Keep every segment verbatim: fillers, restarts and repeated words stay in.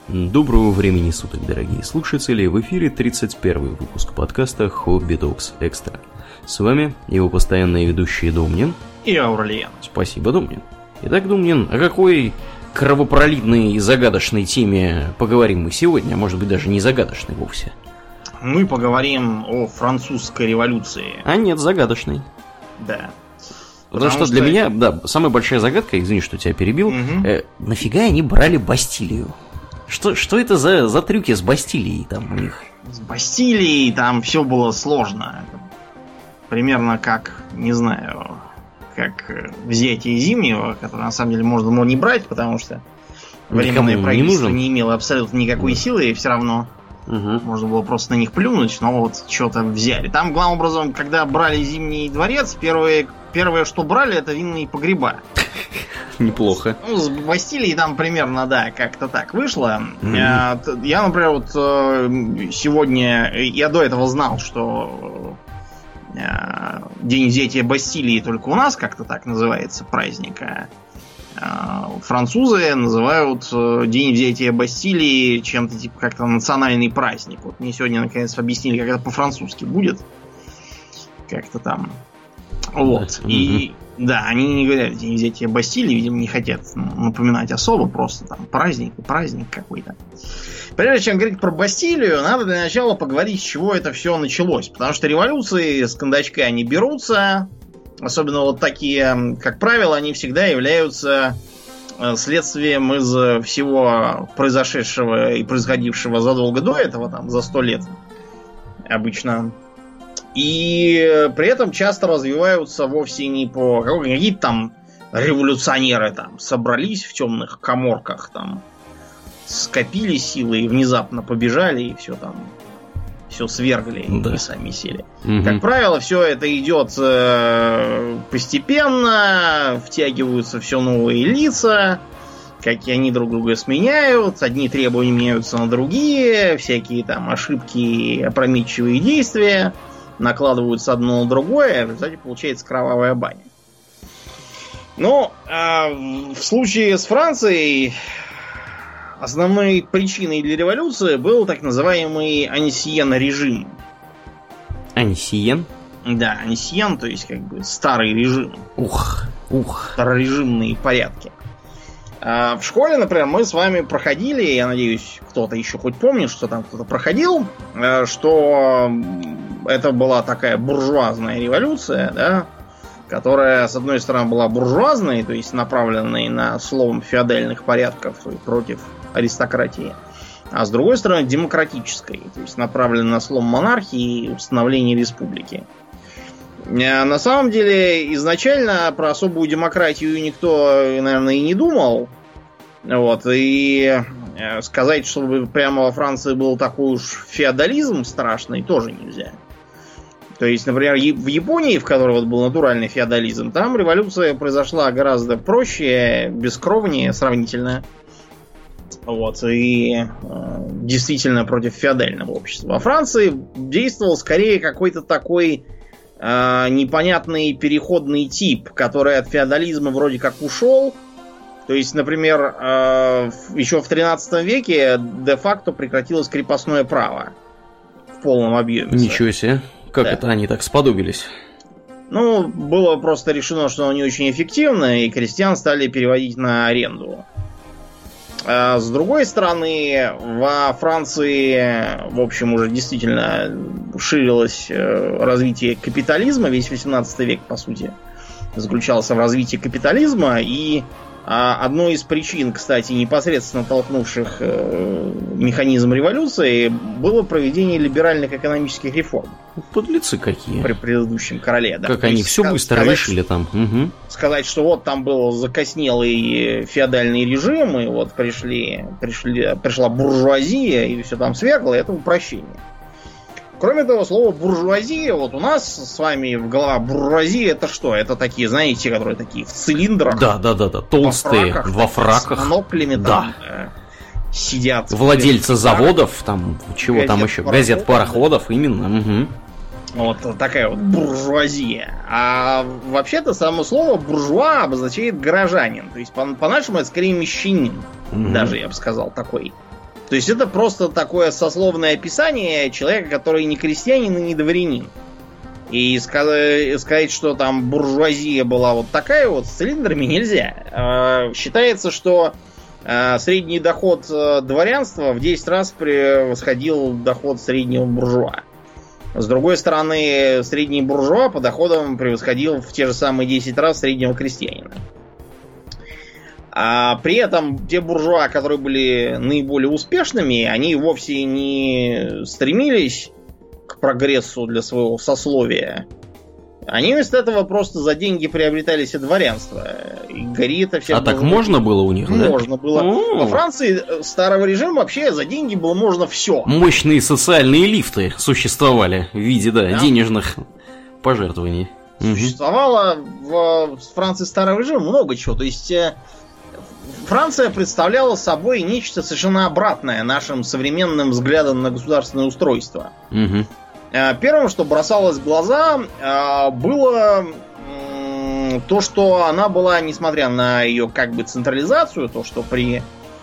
Доброго времени суток, дорогие слушатели! В эфире тридцать первый выпуск подкаста Hobby Dogs Extra. С вами его постоянные ведущие Домнин и Аурлиен. Спасибо, Домнин. Итак, Домнин, о какой кровопролитной и загадочной теме поговорим мы сегодня? А может быть, даже не загадочной вовсе? Мы поговорим о французской революции. А нет, загадочной. Да. Потому, Потому что, что для меня, да, самая большая загадка, извини, что тебя перебил, угу. э, нафига они брали Бастилию? Что, что это за, за трюки с Бастилией там у них? С Бастилией там все было сложно. Примерно как, не знаю, как взятие Зимнего, которое на самом деле можно было не брать, потому что временное правительство не, не имело абсолютно никакой да. силы, и все равно угу. можно было просто на них плюнуть, но вот что-то взяли. Там, главным образом, когда брали Зимний дворец, первое, первое что брали, это винные погреба. Неплохо. Ну, с Бастилией там примерно, да, как-то так вышло. Mm-hmm. Я, например, вот сегодня, я до этого знал, что День взятия Бастилии только у нас как-то так называется праздник, а французы называют День взятия Бастилии чем-то типа как-то национальный праздник. Вот мне сегодня наконец объяснили, как это по-французски будет. Как-то там. Вот. Mm-hmm. И да, они не говорят День взятия Бастилии, видимо, не хотят напоминать особо, просто там праздник и праздник какой-то. Прежде чем говорить про Бастилию, надо для начала поговорить, с чего это все началось. Потому что революции с кондачка не берутся. Особенно вот такие, как правило, они всегда являются следствием из всего произошедшего и происходившего задолго до этого, там, за сто лет обычно. И при этом часто развиваются вовсе не по... Какие-то там революционеры там собрались в темных каморках, там скопили силы и внезапно побежали, и все там, все свергли, да. и сами сели. Угу. Как правило, все это идет э, постепенно, втягиваются все новые лица, как они друг друга сменяют, одни требования меняются на другие, всякие там ошибки и опрометчивые действия накладываются одно на другое, в результате получается кровавая баня. Но э, в случае с Францией основной причиной для революции был так называемый ансиен-режим. Ансиен? Да, ансиен, то есть как бы старый режим. Ух, ух. Старорежимные порядки. А в школе, например, мы с вами проходили, я надеюсь, кто-то еще хоть помнит, что там кто-то проходил, что это была такая буржуазная революция, да, которая, с одной стороны, была буржуазной, то есть направленной на слом феодальных порядков против аристократии, а с другой стороны, демократической, то есть направленной на слом монархии и установление республики. На самом деле, изначально про особую демократию никто, наверное, и не думал. Вот, и сказать, чтобы прямо во Франции был такой уж феодализм страшный, тоже нельзя. То есть, например, в Японии, в которой вот был натуральный феодализм, там революция произошла гораздо проще, бескровнее сравнительно. Вот, и э, действительно против феодального общества. Во Франции действовал скорее какой-то такой э, непонятный переходный тип, который от феодализма вроде как ушел. То есть, например, э, еще в тринадцатом веке де-факто прекратилось крепостное право в полном объеме. Ничего себе. Как да. это они так сподобились? Ну, было просто решено, что оно не очень эффективно, и крестьян стали переводить на аренду. А с другой стороны, во Франции, в общем, уже действительно ширилось развитие капитализма. Весь восемнадцатый век, по сути, заключался в развитии капитализма. И одной из причин, кстати, непосредственно толкнувших механизм революции, было проведение либеральных экономических реформ. Подлецы какие. При предыдущем короле. Да. Как То они все быстро сказать, решили там. Угу. Сказать, что вот там был закоснелый феодальный режим, и вот пришли, пришли, пришла буржуазия, и все там свергло, это упрощение. Кроме того, слово буржуазия, вот у нас с вами в голове буржуазия это что? Это такие, знаете, которые такие в цилиндрах. Да, да, да, да. Толстые, во фраках. Во фраках. С моноклями да. там э, сидят. Владельцы заводов, там, чего газет, там еще, пароходов, газет, пароходов, именно. Угу. Вот такая вот буржуазия. А вообще-то само слово буржуа обозначает горожанин. То есть по- по-нашему это скорее мещанин. Угу. Даже, я бы сказал, такой. То есть это просто такое сословное описание человека, который не крестьянин и не дворянин. И сказать, что там буржуазия была вот такая вот с цилиндрами, нельзя. Считается, что средний доход дворянства в десять раз превосходил доход среднего буржуа. С другой стороны, средний буржуа по доходам превосходил в те же самые десять раз среднего крестьянина. А при этом те буржуа, которые были наиболее успешными, они вовсе не стремились к прогрессу для своего сословия. Они вместо этого просто за деньги приобретали себе дворянство. И гори это все. А так можно было у них, да? Можно было. О-о-о. Во Франции старого режима вообще за деньги было можно все. Мощные социальные лифты существовали в виде, да, да. денежных пожертвований. Существовало в Франции старого режима много чего. То есть Франция представляла собой нечто совершенно обратное нашим современным взглядам на государственное устройство. Угу. Первым, что бросалось в глаза, было то, что она была, несмотря на ее как бы централизацию, то, что при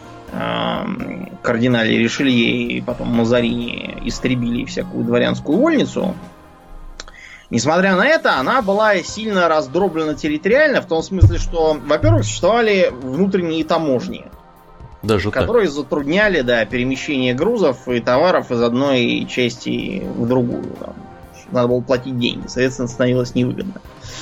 кардинале Ришелье и потом Мазарини истребили всякую дворянскую вольницу, несмотря на это, она была сильно раздроблена территориально, в том смысле, что, во-первых, существовали внутренние таможни, даже которые так. затрудняли, да, перемещение грузов и товаров из одной части в другую. Там. Надо было платить деньги, соответственно, становилось невыгодно.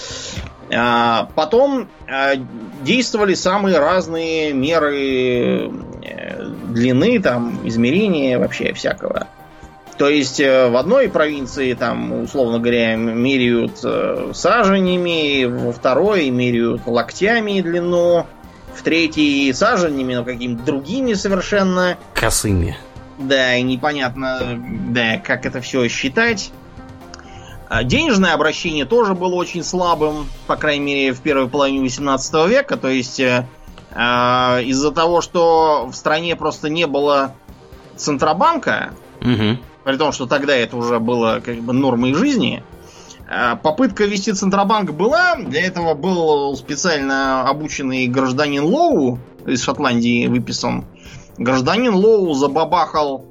А потом а, действовали самые разные меры длины, там, измерения, вообще всякого. То есть в одной провинции, там, условно говоря, меряют саженями, во второй меряют локтями длину, в третьей саженями, но какими-то другими совершенно. Косыми. Да, и непонятно, да, как это все считать. Денежное обращение тоже было очень слабым, по крайней мере, в первой половине восемнадцатого века. То есть э, из-за того, что в стране просто не было Центробанка, угу. при том, что тогда это уже было как бы нормой жизни, попытка ввести Центробанк была. Для этого был специально обученный гражданин Лоу, из Шотландии выписан. Гражданин Лоу забабахал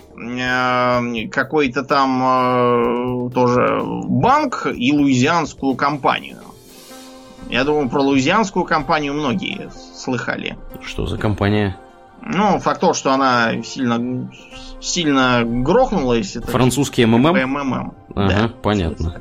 э, какой-то там э, тоже банк и луизианскую компанию. Я думаю, про луизианскую компанию многие слыхали. Что за компания? Ну, факт то, что она сильно, сильно грохнулась. Это французский эм эм эм? эм эм эм. Ага, да, понятно.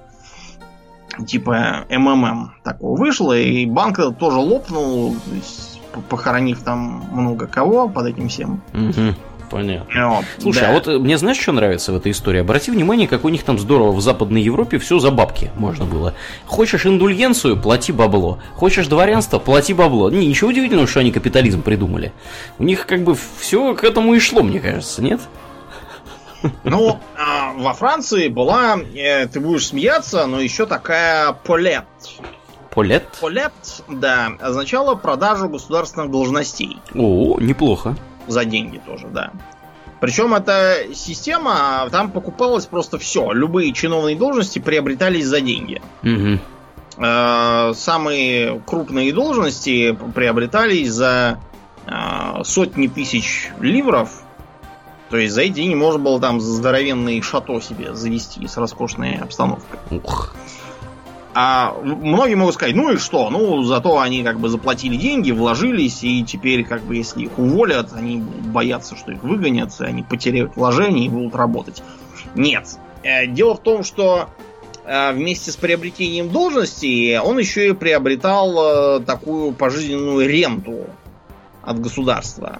Типа эм эм эм такого вышло, и банк тоже лопнул, похоронив там много кого под этим всем. Угу, понятно. Вот, слушай, да. а вот мне знаешь, что нравится в этой истории? Обрати внимание, как у них там здорово в Западной Европе все за бабки можно было. Хочешь индульгенцию, плати бабло. Хочешь дворянство, плати бабло. Не, ничего удивительного, что они капитализм придумали. У них как бы все к этому и шло, мне кажется, нет? Ну, а, во Франции была, э, ты будешь смеяться, но еще такая полет. Полет? Полет, да, означало продажу государственных должностей. О, неплохо. За деньги тоже, да. Причем эта система, там покупалось просто все. Любые чиновные должности приобретались за деньги. Угу. Э, самые крупные должности приобретались за э, сотни тысяч ливров. То есть за эти деньги можно было там здоровенные шато себе завести с роскошной обстановкой. Ух. А многие могут сказать, ну и что? Ну, зато они как бы заплатили деньги, вложились, и теперь, как бы, если их уволят, они боятся, что их выгонят, и они потеряют вложения и будут работать. Нет. Дело в том, что вместе с приобретением должности он еще и приобретал такую пожизненную ренту от государства,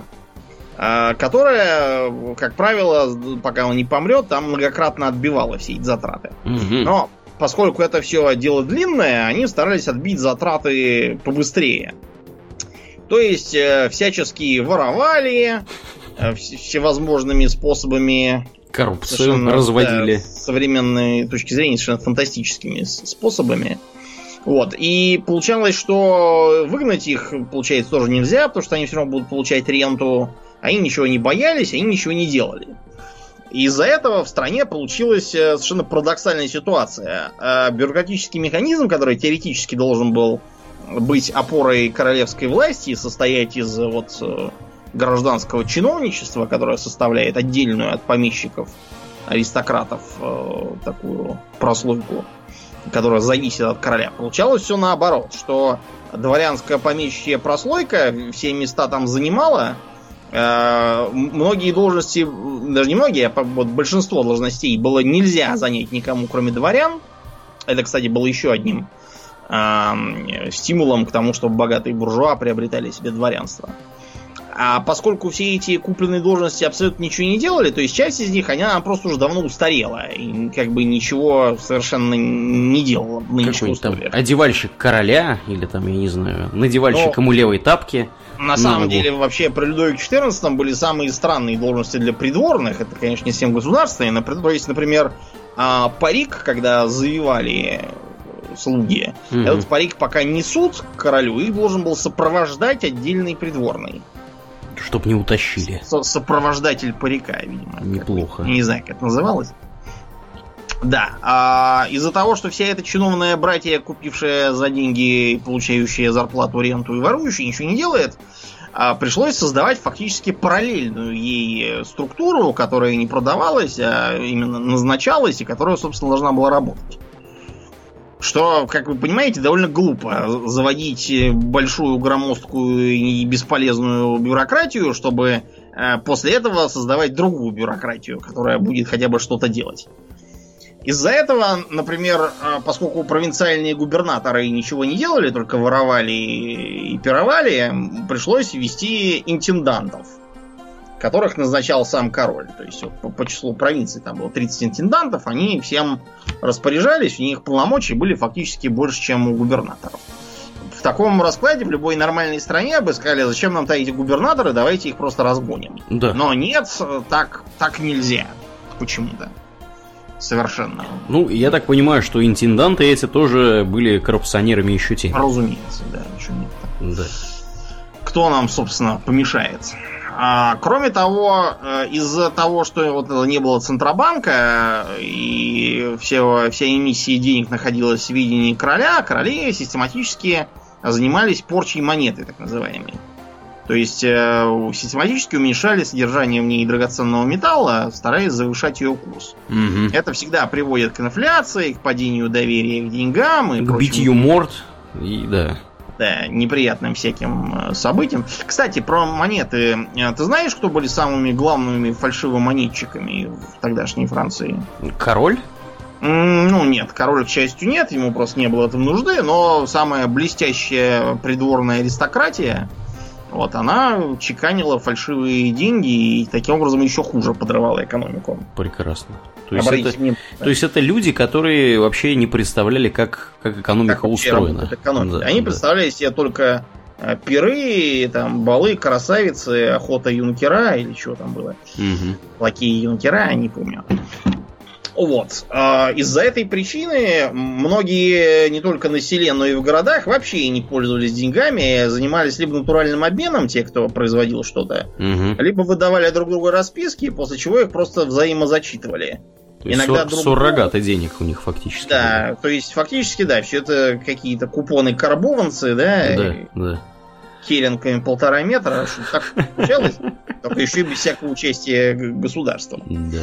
которая, как правило, пока он не помрет, там многократно отбивала все эти затраты. Угу. Но поскольку это все дело длинное, они старались отбить затраты побыстрее. То есть всячески воровали всевозможными способами. Коррупцию разводили. Да, с современной точки зрения совершенно фантастическими способами. Вот. И получалось, что выгнать их, получается, тоже нельзя, потому что они все равно будут получать ренту. Они ничего не боялись, они ничего не делали. Из-за этого в стране получилась совершенно парадоксальная ситуация. Бюрократический механизм, который теоретически должен был быть опорой королевской власти, состоять из вот гражданского чиновничества, которое составляет отдельную от помещиков, аристократов, такую прослойку, которая зависит от короля. Получалось все наоборот, что дворянская помещичья прослойка все места там занимала. Многие должности, даже не многие, а вот большинство должностей было нельзя занять никому, кроме дворян. Это, кстати, было еще одним э, стимулом к тому, чтобы богатые буржуа приобретали себе дворянство. А поскольку все эти купленные должности абсолютно ничего не делали, то есть часть из них, она просто уже давно устарела. И как бы ничего совершенно не делала в нынешних условиях. Там одевальщик короля, или там, я не знаю, надевальщик ему левой тапки. На самом деле, вообще, при Людовике четырнадцатом были самые странные должности для придворных. Это, конечно, не всем государственные. То есть, например, парик, когда завивали слуги, угу. этот парик пока несут к королю, их должен был сопровождать отдельный придворный. Чтоб не утащили. Со- сопровождатель парика, видимо. Неплохо. Как, не знаю, как это называлось. Да. А из-за того, что вся эта чиновная братья, купившая за деньги, получающая зарплату, ренту и ворующая, ничего не делает, пришлось создавать фактически параллельную ей структуру, которая не продавалась, а именно назначалась, и которая, собственно, должна была работать. Что, как вы понимаете, довольно глупо заводить большую, громоздкую и бесполезную бюрократию, чтобы после этого создавать другую бюрократию, которая будет хотя бы что-то делать. Из-за этого, например, поскольку провинциальные губернаторы ничего не делали, только воровали и пировали, пришлось ввести интендантов, которых назначал сам король. То есть вот, по, по числу провинций там было тридцать интендантов, они всем распоряжались, у них полномочий были фактически больше, чем у губернаторов. В таком раскладе в любой нормальной стране бы сказали, зачем нам-то эти губернаторы, давайте их просто разгоним. Да. Но нет, так, так нельзя почему-то. Совершенно. Ну, я так понимаю, что интенданты эти тоже были коррупционерами еще теми. Разумеется, да. Ничего нет. Да. Кто нам, собственно, помешает? А, кроме того, из-за того, что вот не было Центробанка и все, вся эмиссия денег находилась в видении короля, короли систематически занимались порчей монеты, так называемой. То есть э, систематически уменьшали содержание в ней драгоценного металла, стараясь завышать ее курс. Угу. Это всегда приводит к инфляции, к падению доверия к деньгам и к прочим, битью морд и да. Да, неприятным всяким событиям. Кстати, про монеты. Ты знаешь, кто были самыми главными фальшивомонетчиками в тогдашней Франции? Король? Ну, нет, король, к счастью, нет, ему просто не было в этом нужды, но самая блестящая придворная аристократия, вот, она чеканила фальшивые деньги и таким образом еще хуже подрывала экономику. Прекрасно. То есть, это, мне... то есть это люди, которые вообще не представляли, как, как экономика как устроена. Экономика. Да, Они да. представляли себе только пиры, там, балы, красавицы, охота юнкера или что там было. Угу. Лакеи юнкера, я не помню. Вот. Из-за этой причины многие не только на селе, но и в городах вообще не пользовались деньгами, занимались либо натуральным обменом, те, кто производил что-то, угу. либо выдавали друг другу расписки, после чего их просто взаимозачитывали. То есть Иногда друг... суррогаты денег у них фактически. Да, были. То есть фактически, да, все это какие-то купоны-карбованцы, да, да, да. Келлингами полтора метра, что так получалось, только еще без всякого участия государства. Да.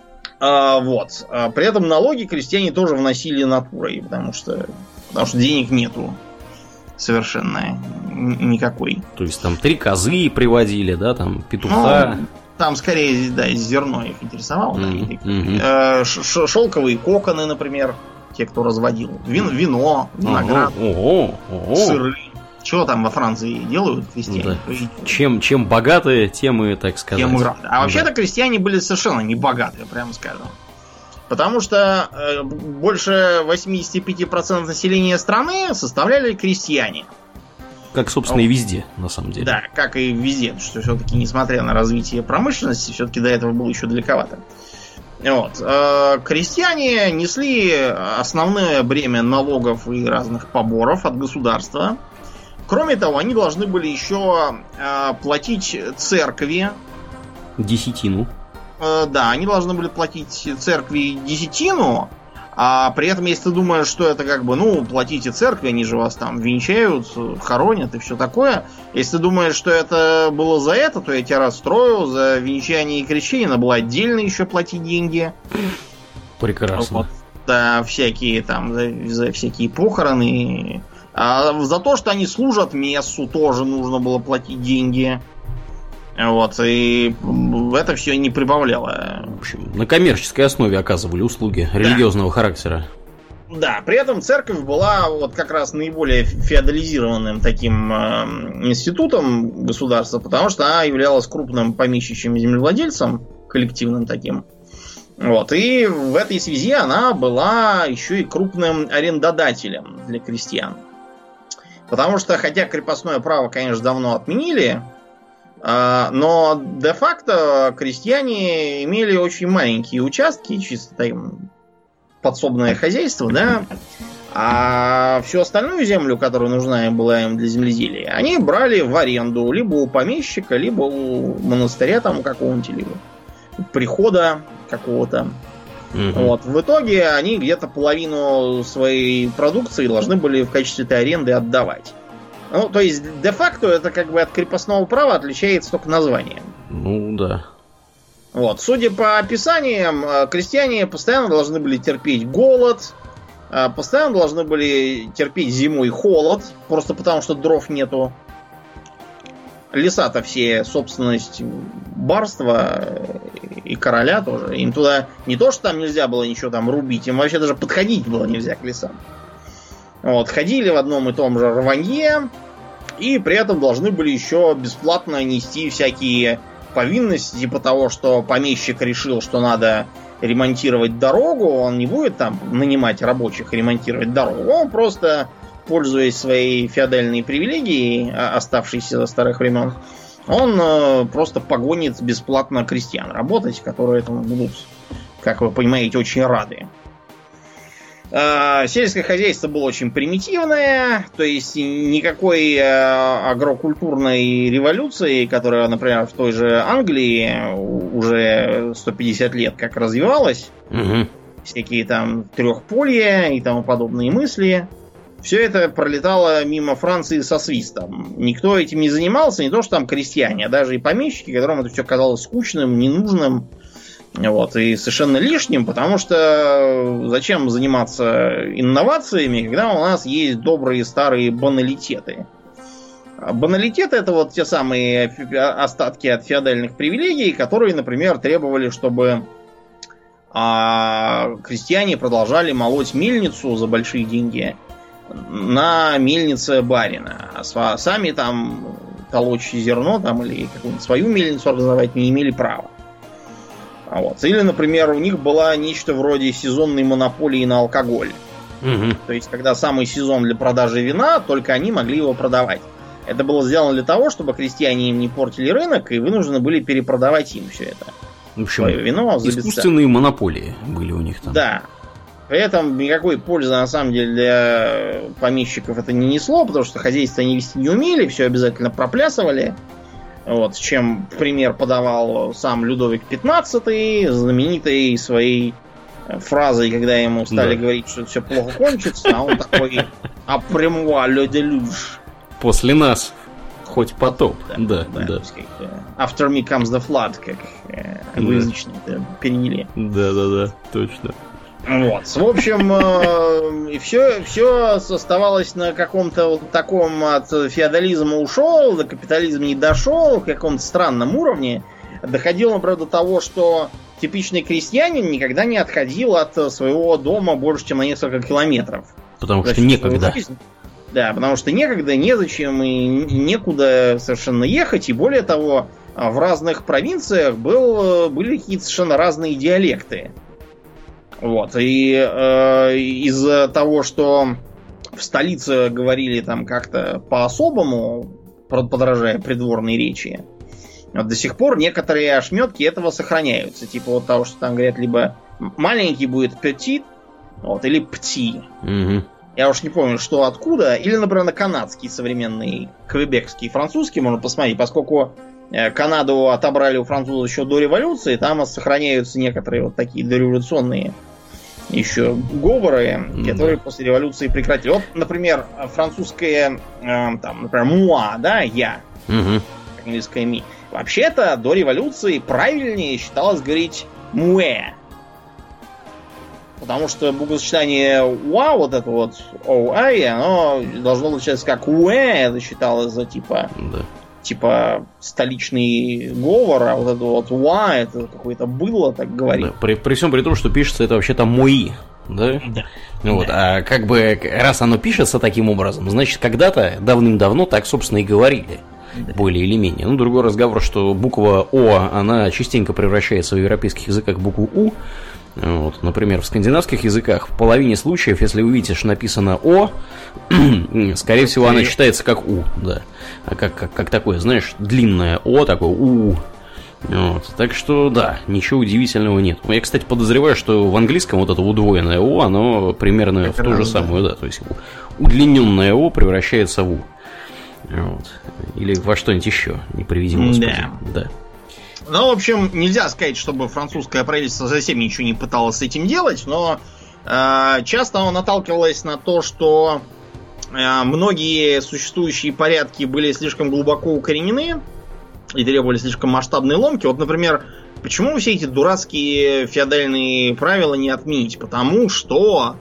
А, вот. А, при этом налоги крестьяне тоже вносили натурой, потому что, потому что денег нету совершенно никакой. То есть там три козы приводили, да, там петуха. Ну, там скорее, да, зерно их интересовало. Mm-hmm. Mm-hmm. Ш- шелковые коконы, например, те, кто разводил. Вин- вино, виноград, uh-huh. uh-huh. сыры. Чего там во Франции делают крестьяне? Да. Чем, чем богатые, тем и, так сказать. Тем и а вообще-то да. крестьяне были совершенно не богатые, прямо скажем. Потому что э, больше восемьдесят пять процентов населения страны составляли крестьяне. Как, собственно, и везде, на самом деле. Да, как и везде. Что все-таки, несмотря на развитие промышленности, все-таки до этого было еще далековато. Вот. Э, крестьяне несли основное бремя налогов и разных поборов от государства. Кроме того, они должны были еще э, платить церкви. Десятину. Э, да, они должны были платить церкви десятину, А при этом, если ты думаешь, что это как бы, ну, платите церкви, они же вас там венчают, хоронят и все такое. Если ты думаешь, что это было за это, то я тебя расстрою. За венчание и крещение надо было отдельно еще платить деньги. Прекрасно. Вот, да, всякие там, за, за всякие похороны. А за то, что они служат мессу, тоже нужно было платить деньги. Вот, и это все не прибавляло. В общем, на коммерческой основе оказывали услуги религиозного да. характера. Да, при этом церковь была вот как раз наиболее феодализированным таким э, институтом государства, потому что она являлась крупным помещичьим землевладельцем, коллективным таким. Вот, и в этой связи она была еще и крупным арендодателем для крестьян. Потому что, хотя крепостное право, конечно, давно отменили, но де-факто крестьяне имели очень маленькие участки, чисто там подсобное хозяйство, да, а всю остальную землю, которая нужна им была им для земледелия, они брали в аренду либо у помещика, либо у монастыря там какого-нибудь, либо прихода какого-то. Угу. Вот. В итоге они где-то половину своей продукции должны были в качестве этой аренды отдавать. Ну, то есть, де-факто это как бы от крепостного права отличается только названием. Ну, да. Вот. Судя по описаниям, крестьяне постоянно должны были терпеть голод, постоянно должны были терпеть зимой холод, просто потому что дров нету. Леса-то все собственность барства и короля тоже. Им туда не то, что там нельзя было ничего там рубить, им вообще даже подходить было нельзя к лесам. Вот, ходили в одном и том же рванье, и при этом должны были еще бесплатно нести всякие повинности, типа того, что помещик решил, что надо ремонтировать дорогу, он не будет там нанимать рабочих ремонтировать дорогу, он просто, пользуясь своей феодальной привилегией, оставшейся со старых времен, он просто погонит бесплатно крестьян работать, которые этому будут, как вы понимаете, очень рады. Сельское хозяйство было очень примитивное, то есть никакой агрокультурной революции, которая, например, в той же Англии уже сто пятьдесят лет как развивалась, угу. всякие там трехполья и тому подобные мысли, все это пролетало мимо Франции со свистом. Никто этим не занимался, не то что там крестьяне, а даже и помещики, которым это все казалось скучным, ненужным. Вот, и совершенно лишним, потому что зачем заниматься инновациями, когда у нас есть добрые старые баналитеты. Баналитеты — это вот те самые остатки от феодальных привилегий, которые, например, требовали, чтобы а, крестьяне продолжали молоть мельницу за большие деньги на мельнице барина, а сами там толочь зерно там, или какую-нибудь свою мельницу организовать не имели права. Вот. Или, например, у них была нечто вроде сезонной монополии на алкоголь. Угу. То есть, когда самый сезон для продажи вина, только они могли его продавать. Это было сделано для того, чтобы крестьяне им не портили рынок и вынуждены были перепродавать им все это. В общем, свое вино искусственные монополии были у них там. Да. При этом никакой пользы, на самом деле, для помещиков это не несло, потому что хозяйство они вести не умели, все обязательно проплясывали. Вот, чем пример подавал сам Людовик пятнадцатый, знаменитой своей фразой, когда ему стали да. говорить, что все плохо кончится, а он такой «Après moi le déluge». После нас хоть потоп. Да, да. да. да. After me comes the flood, как англоязычные да. перевели. Да, да, да, точно. Вот. В общем, э, все, все оставалось на каком-то вот таком от феодализма ушел, до капитализма не дошел, в каком-то странном уровне. Доходило, например, до того, что типичный крестьянин никогда не отходил от своего дома больше, чем на несколько километров. Потому что некогда. Да, потому что некогда, незачем и некуда совершенно ехать. И более того, в разных провинциях был, были какие-то совершенно разные диалекты. Вот, и э, из-за того, что в столице говорили там как-то по-особому, подражая придворной речи, вот до сих пор некоторые ошметки этого сохраняются. Типа вот того, что там говорят, либо маленький будет petit, вот, или пти. Угу. Я уж не помню, что откуда. Или, например, на канадский современный, квебекский, французский можно посмотреть, поскольку Канаду отобрали у французов еще до революции, там сохраняются некоторые вот такие дореволюционные еще говоры, Да. которые после революции прекратили. Вот, например, французское, э, там, например, муа, да, я, Угу. английское ми. Вообще-то до революции правильнее считалось говорить муэ. Потому что буквосочетание уа, вот это вот оу-ай, оно должно звучать как уэ, это считалось за типа, Да. типа столичный говор, а вот это вот уа, это какое-то было, так говорить. Да. При, при всем при том, что пишется это вообще там мои, да? Да. Ну вот, Да. а как бы, раз оно пишется таким образом, значит, когда-то, давным-давно так, собственно, и говорили. Да. Более или менее. Ну, другой разговор, что буква О, она частенько превращается в европейских языках в букву У. Вот, например, в скандинавских языках в половине случаев, если вы видите, что написано О, скорее всего, она читается как У, да. А как, как, как такое, знаешь, длинное О, такое У. Вот. Так что, да, ничего удивительного нет. Я, кстати, подозреваю, что в английском вот это удвоенное О, оно примерно как в ту раз, же да. самую, да. То есть удлиненное О превращается в У. Вот. Или во что-нибудь еще, не приведи Господи. Да. Да. Ну, в общем, нельзя сказать, чтобы французское правительство совсем ничего не пыталось с этим делать, но э, часто оно наталкивалось на то, что э, многие существующие порядки были слишком глубоко укоренены и требовали слишком масштабной ломки. Вот, например, почему все эти дурацкие феодальные правила не отменить? Потому что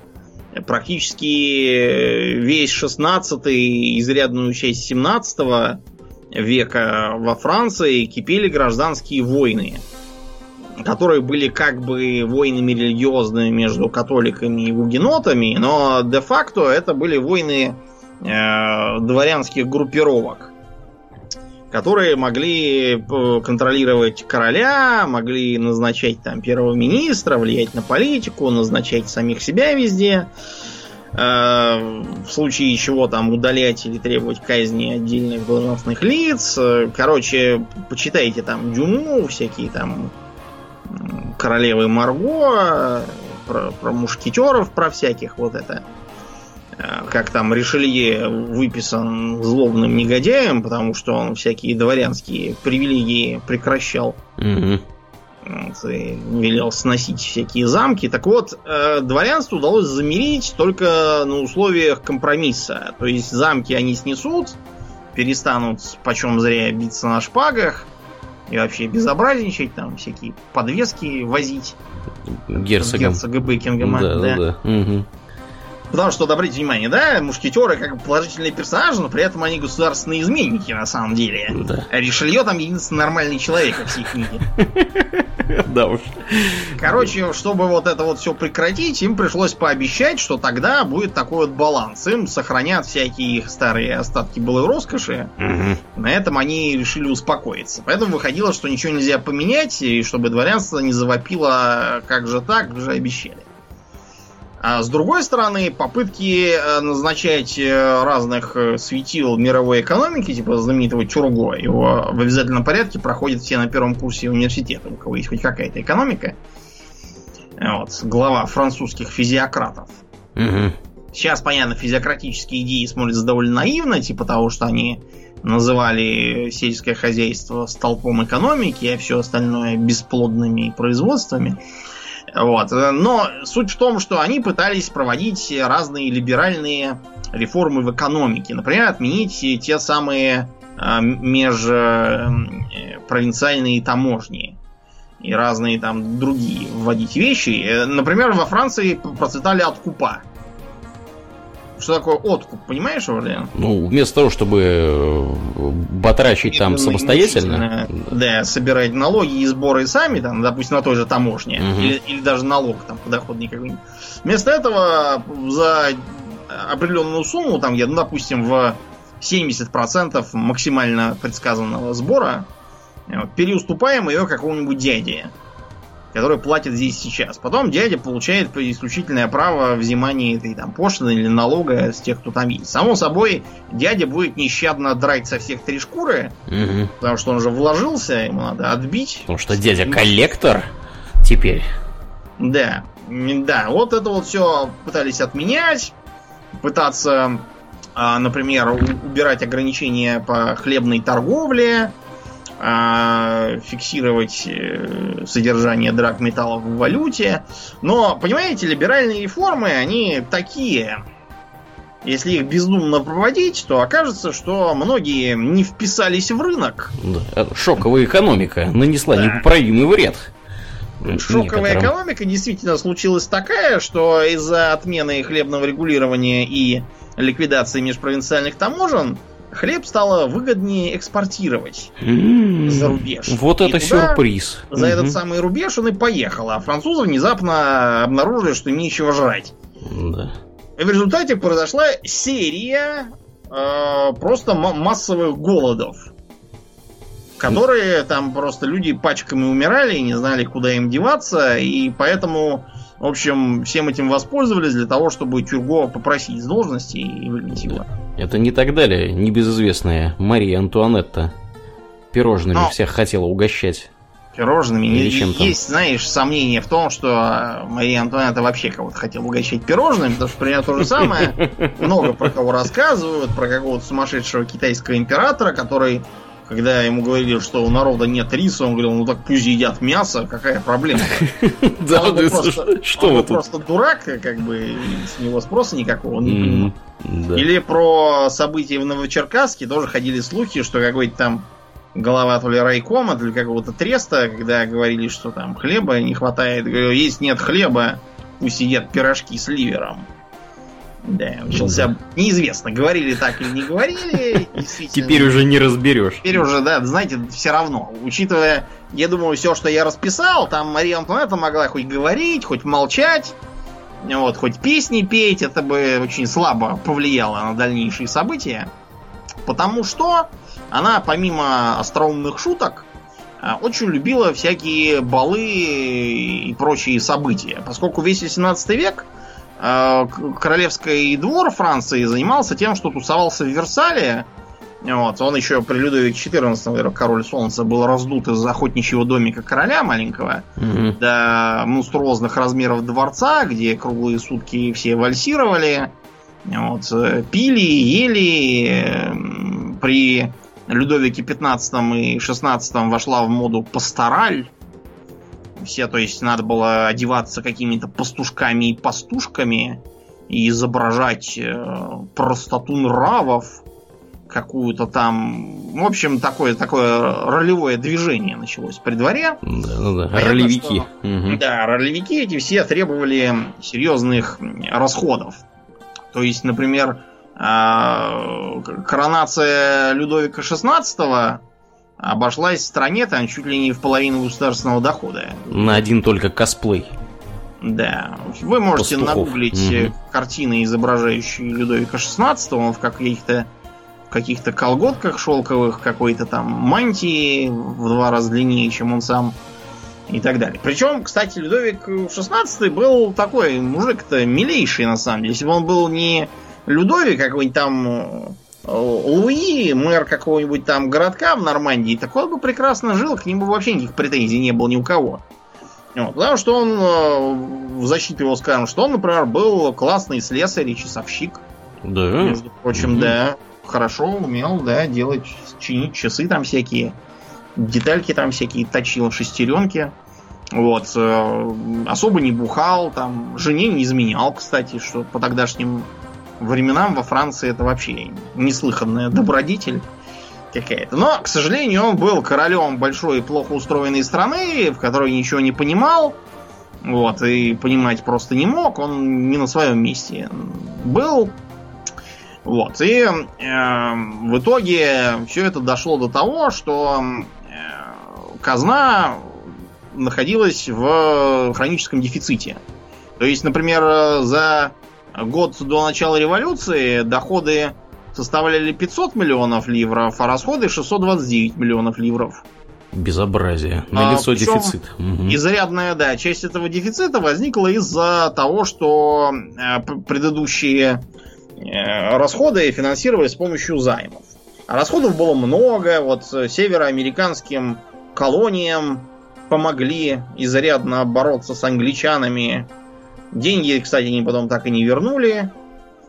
практически весь шестнадцатый и изрядную часть семнадцатого века во Франции кипели гражданские войны, которые были как бы войнами религиозными между католиками и гугенотами, но де-факто это были войны э, дворянских группировок, которые могли контролировать короля, могли назначать там первого министра, влиять на политику, назначать самих себя везде. В случае чего там удалять или требовать казни отдельных должностных лиц. Короче, почитайте там Дюну, всякие там королевы Марго, про, про мушкетеров, про всяких вот это. Как там Ришелье выписан злобным негодяем, потому что он всякие дворянские привилегии прекращал. Угу. Вот, и велел сносить всякие замки. Так вот, э, дворянству удалось замирить только на условиях компромисса. То есть замки они снесут, перестанут почем зря биться на шпагах и вообще безобразничать, там всякие подвески возить. Герцогом. Герцога Бекингема. Да, да, да. Угу. Потому что, обратите внимание, да, мушкетеры как бы положительные персонажи, но при этом они государственные изменники на самом деле. Да. А Ришелье там единственный нормальный человек во всей книге. Да уж. Короче, чтобы вот это вот все прекратить, им пришлось пообещать, что тогда будет такой вот баланс. Им сохранят всякие их старые остатки былой роскоши. Угу. На этом они решили успокоиться. Поэтому выходило, что ничего нельзя поменять, и чтобы дворянство не завопило, как же так, вы же обещали. А с другой стороны, попытки назначать разных светил мировой экономики, типа знаменитого Тюрго, его в обязательном порядке проходят все на первом курсе университета, у кого есть хоть какая-то экономика. Вот, глава французских физиократов. Угу. Сейчас, понятно, физиократические идеи смотрятся довольно наивно, типа того, что они называли сельское хозяйство столпом экономики, а все остальное бесплодными производствами. Вот. Но суть в том, что они пытались проводить разные либеральные реформы в экономике. Например, отменить те самые э, межпровинциальные таможни и разные там другие вводить вещи. Например, во Франции процветали откупа. Что такое откуп, понимаешь, Орлен? Ну, вместо того, чтобы батрачить там самостоятельно. Да, собирать налоги и сборы сами, там, допустим, на той же таможне. Угу. Или, или даже налог там подоходный какой-нибудь. Вместо этого за определенную сумму, там, я, ну, допустим, в семьдесят процентов максимально предсказанного сбора, переуступаем ее какому-нибудь дяде, который платит здесь сейчас. Потом дядя получает исключительное право взимания этой там пошлины или налога с тех, кто там есть. Само собой, дядя будет нещадно драть со всех три шкуры, угу. потому что он уже вложился, ему надо отбить. Потому что дядя коллектор теперь. Да, да, вот это вот все пытались отменять, пытаться, например, убирать ограничения по хлебной торговле, э, фиксировать э, содержание драгметаллов в валюте. Но, понимаете, либеральные реформы, они такие. Если их бездумно проводить, то окажется, что многие не вписались в рынок. Да. Шоковая экономика нанесла да. непоправимый вред. Шоковая некоторым. экономика действительно случилась такая, что из-за отмены хлебного регулирования и ликвидации межпровинциальных таможен хлеб стало выгоднее экспортировать mm-hmm. за рубеж. Вот и это сюрприз. За mm-hmm. этот самый рубеж он и поехал, а французы внезапно обнаружили, что нечего жрать. Да. И в результате произошла серия э, просто м- массовых голодов, которые там просто люди пачками умирали и не знали, куда им деваться, и поэтому, в общем, всем этим воспользовались для того, чтобы Тюрго попросить с должности и выгнать его. Это не так далее, небезызвестная Мария Антуанетта пирожными Но... всех хотела угощать. Пирожными. Или есть, есть, знаешь, сомнение в том, что Мария Антуанетта вообще кого-то хотела угощать пирожными, потому что примерно то же самое. Много про кого рассказывают, про какого-то сумасшедшего китайского императора, который, когда ему говорили, что у народа нет риса, он говорил, ну так пусть едят мясо, какая проблема? Да, что вы тут? Просто дурак, как бы, с него спроса никакого, он не понимал. Или про события в Новочеркасске тоже ходили слухи, что какой-то там глава то ли райкома, то ли какого-то треста, когда говорили, что там хлеба не хватает, говорил, есть нет хлеба, пусть едят пирожки с ливером. Да, начался... Да. Неизвестно, говорили так или не говорили. Теперь уже не разберешь. Теперь уже, да, знаете, все равно. Учитывая, я думаю, все, что я расписал, там Мария Антуанетта могла хоть говорить, хоть молчать, вот, хоть песни петь, это бы очень слабо повлияло на дальнейшие события. Потому что она, помимо остроумных шуток, очень любила всякие балы и прочие события. Поскольку весь восемнадцатый век королевский двор Франции занимался тем, что тусовался в Версале. Вот. Он еще при Людовике четырнадцатом, король солнца, был раздут из охотничьего домика короля маленького mm-hmm. до монструозных размеров дворца, где круглые сутки все вальсировали, вот, пили, ели. При Людовике пятнадцатом и шестнадцатом вошла в моду пастораль. Все, то есть, надо было одеваться какими-то пастушками и пастушками и изображать э, простоту нравов, какую-то там... В общем, такое, такое ролевое движение началось при дворе. Да, ну да, понятно, ролевики. Что, угу. Да, ролевики эти все требовали серьезных расходов. То есть, например, э, коронация Людовика шестнадцатого обошлась в стране там чуть ли не в половину государственного дохода. На один только косплей. Да. Вы можете Пастухов. нагуглить угу. картины, изображающие Людовика шестнадцатого. Он в каких-то в каких-то колготках шелковых, какой-то там мантии в два раза длиннее, чем он сам, и так далее. Причем, кстати, Людовик шестнадцатый был такой мужик-то милейший, на самом деле. Если бы он был не Людовик, какой-нибудь там Луи, мэр какого-нибудь там городка в Нормандии, так он бы прекрасно жил, к нему вообще никаких претензий не было ни у кого. Вот, потому что он, в защиту его скажем, что он, например, был классный слесарь и часовщик. Да. Между прочим, угу. да, хорошо умел, да, делать, чинить часы там всякие, детальки там всякие точил, шестеренки. Вот, особо не бухал, там, жене не изменял, кстати, что по тогдашним временам во Франции это вообще неслыханная добродетель какая-то. Но, к сожалению, он был королем большой и плохо устроенной страны, в которой ничего не понимал. Вот, и понимать просто не мог. Он не на своем месте был. Вот, и э, в итоге все это дошло до того, что э, казна находилась в хроническом дефиците. То есть, например, за год до начала революции доходы составляли пятьсот миллионов ливров, а расходы шестьсот двадцать девять миллионов ливров. Безобразие. Налицо а, дефицит. Угу. Изрядная, да, часть этого дефицита возникла из-за того, что э, предыдущие э, расходы финансировались с помощью займов. А расходов было много. Вот североамериканским колониям помогли изрядно бороться с англичанами. Деньги, кстати, они потом так и не вернули.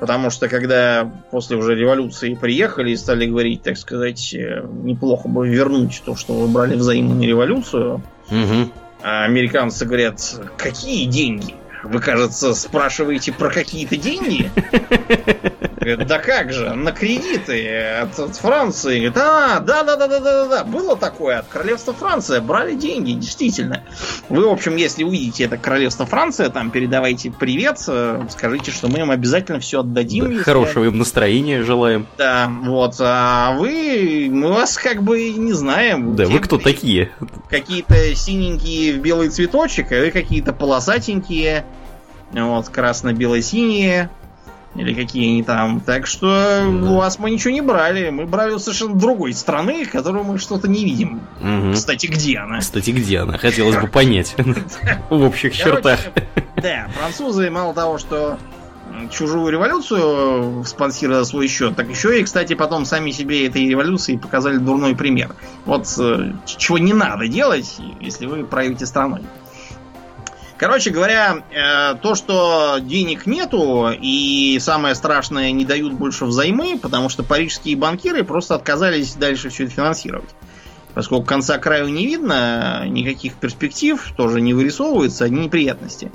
Потому что когда после уже революции приехали и стали говорить, так сказать, неплохо бы вернуть то, что вы брали взаимно на революцию, угу. а американцы говорят, какие деньги? Вы, кажется, спрашиваете про какие-то деньги? Говорят, да как же, на кредиты от, от Франции. Говорят, а, да-да-да-да-да-да, было такое, от королевства Франция брали деньги, действительно. Вы, в общем, если увидите это королевство Франция, там передавайте привет, скажите, что мы им обязательно все отдадим. Да, если... Хорошего им настроения желаем. Да, вот, а вы, мы вас как бы не знаем. Да, вы кто такие? Какие-то синенькие в белый цветочек, а вы какие-то полосатенькие, вот, красно-бело-синие. Или какие они там. Так что да. У вас мы ничего не брали. Мы брали у совершенно другой страны, которую мы что-то не видим. Угу. Кстати, где она? Кстати, где она? Хотелось бы понять. В общих чертах. Да, французы мало того, что чужую революцию спонсировали за свой счет, так еще и, кстати, потом сами себе этой революции показали дурной пример. Вот чего не надо делать, если вы правите страной. Короче говоря, то, что денег нету, и самое страшное, не дают больше взаймы, потому что парижские банкиры просто отказались дальше все это финансировать. Поскольку конца краю не видно, никаких перспектив тоже не вырисовывается, одни неприятности.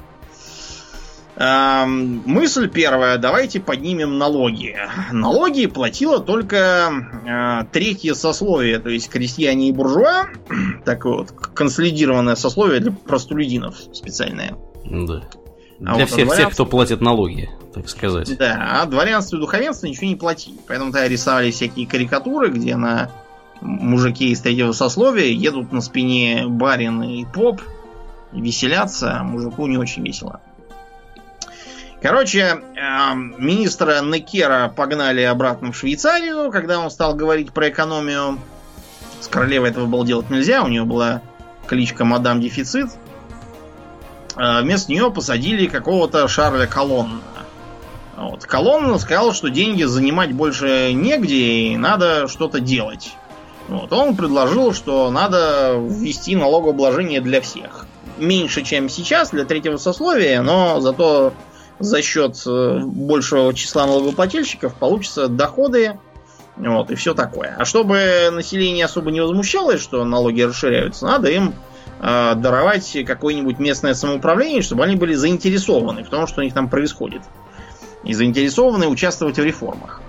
Мысль первая, давайте поднимем налоги. Налоги платило только э, третье сословие, то есть крестьяне и буржуа. Такое вот консолидированное сословие для простолюдинов специальное. Да. А для вот всех, дворянство... всех, кто платит налоги, так сказать. Да, а дворянство и духовенство ничего не платили. Поэтому тогда рисовали всякие карикатуры, где на мужики из третьего сословия едут на спине барин и поп, веселятся, а мужику не очень весело. Короче, э, министра Некера погнали обратно в Швейцарию, когда он стал говорить про экономию. С королевой этого было делать нельзя, у нее была кличка Мадам Дефицит. Э, вместо нее посадили какого-то Шарля Колонна. Вот. Колонн сказал, что деньги занимать больше негде и надо что-то делать. Вот. Он предложил, что надо ввести налогообложение для всех. Меньше, чем сейчас для третьего сословия, но зато... за счет большего числа налогоплательщиков получатся доходы, вот, и все такое. А чтобы население особо не возмущалось, что налоги расширяются, надо им э, даровать какое-нибудь местное самоуправление, чтобы они были заинтересованы в том, что у них там происходит. И заинтересованы участвовать в реформах.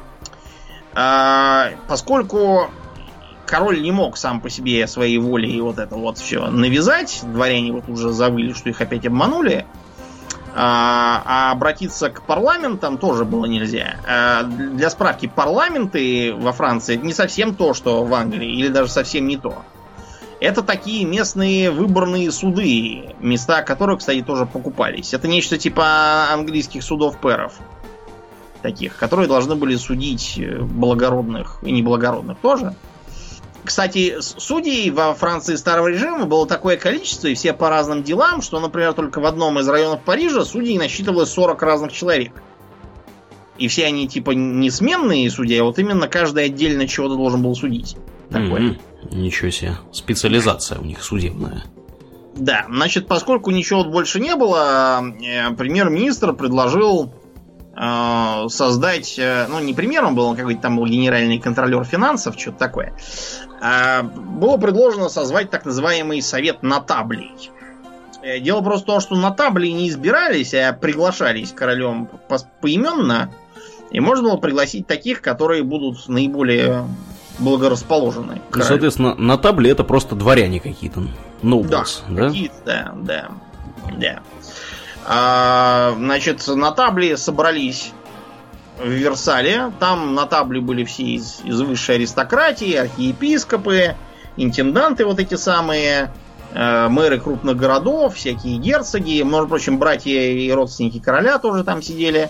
А, поскольку король не мог сам по себе своей волей вот это вот все навязать, дворяне вот уже завыли, что их опять обманули, А, а обратиться к парламентам тоже было нельзя. А для справки, парламенты во Франции это не совсем то, что в Англии, или даже совсем не то. Это такие местные выборные суды, места которых, кстати, тоже покупались. Это нечто типа английских судов пэров, таких, которые должны были судить благородных и неблагородных тоже. Кстати, судей во Франции старого режима было такое количество, и все по разным делам, что, например, только в одном из районов Парижа судей насчитывалось сорок разных человек. И все они типа не сменные судьи, а вот именно каждый отдельно чего-то должен был судить. Такое. Mm-hmm. Ничего себе. Специализация у них судебная. Да, значит, поскольку ничего больше не было, премьер-министр предложил э, создать, э, ну, не премьером был, он какой-то там был генеральный контролер финансов, что-то такое. А было предложено созвать так называемый совет нотаблей. Дело просто в том, что нотабли не избирались, а приглашались королем по- поименно, и можно было пригласить таких, которые будут наиболее благорасположены. Ну, соответственно, нотабли это просто дворяне какие-то. Nobles, да, да? Какие-то, да, да, да. А, значит, нотабли собрались в Версале. Там нотабли были все из, из высшей аристократии, архиепископы, интенданты вот эти самые, э, мэры крупных городов, всякие герцоги, между прочим, братья и родственники короля тоже там сидели.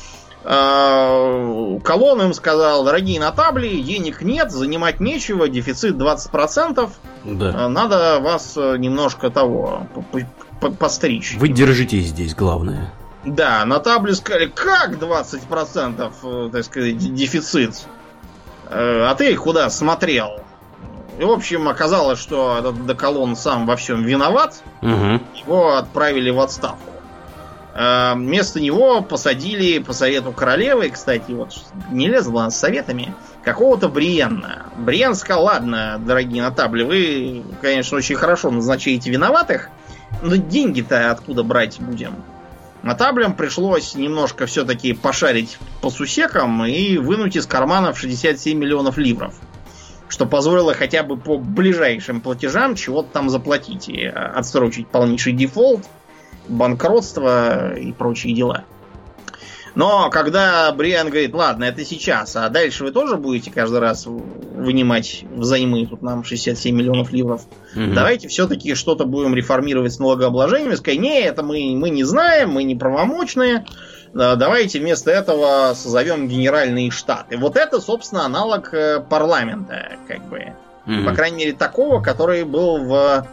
Колонн им сказал: дорогие нотабли, денег нет, занимать нечего, дефицит двадцать процентов. Да. Надо вас немножко того постричь. Вы держитесь здесь, главное. Да, нотабли сказали: как двадцать процентов, так сказать, дефицит? А ты куда смотрел? И, в общем, оказалось, что этот де Колонн сам во всем виноват. Угу. Его отправили в отставку. э, вместо него посадили по совету королевы, кстати, вот не лезла с советами, какого-то Бриенна. Бриен сказал: ладно, дорогие нотабли, вы, конечно, очень хорошо назначаете виноватых, но деньги-то откуда брать будем? Нотаблям пришлось немножко все-таки пошарить по сусекам и вынуть из карманов шестьдесят семь миллионов ливров, что позволило хотя бы по ближайшим платежам чего-то там заплатить и отсрочить полнейший дефолт, банкротство и прочие дела. Но когда Бриен говорит: ладно, это сейчас, а дальше вы тоже будете каждый раз вынимать взаймы, тут нам шестьдесят семь миллионов ливров, угу. давайте все-таки что-то будем реформировать с налогообложением. Сказать: не, это мы, мы не знаем, мы не правомочные, давайте вместо этого созовем генеральные штаты. Вот это, собственно, аналог парламента, как бы. Угу. По крайней мере, такого, который был в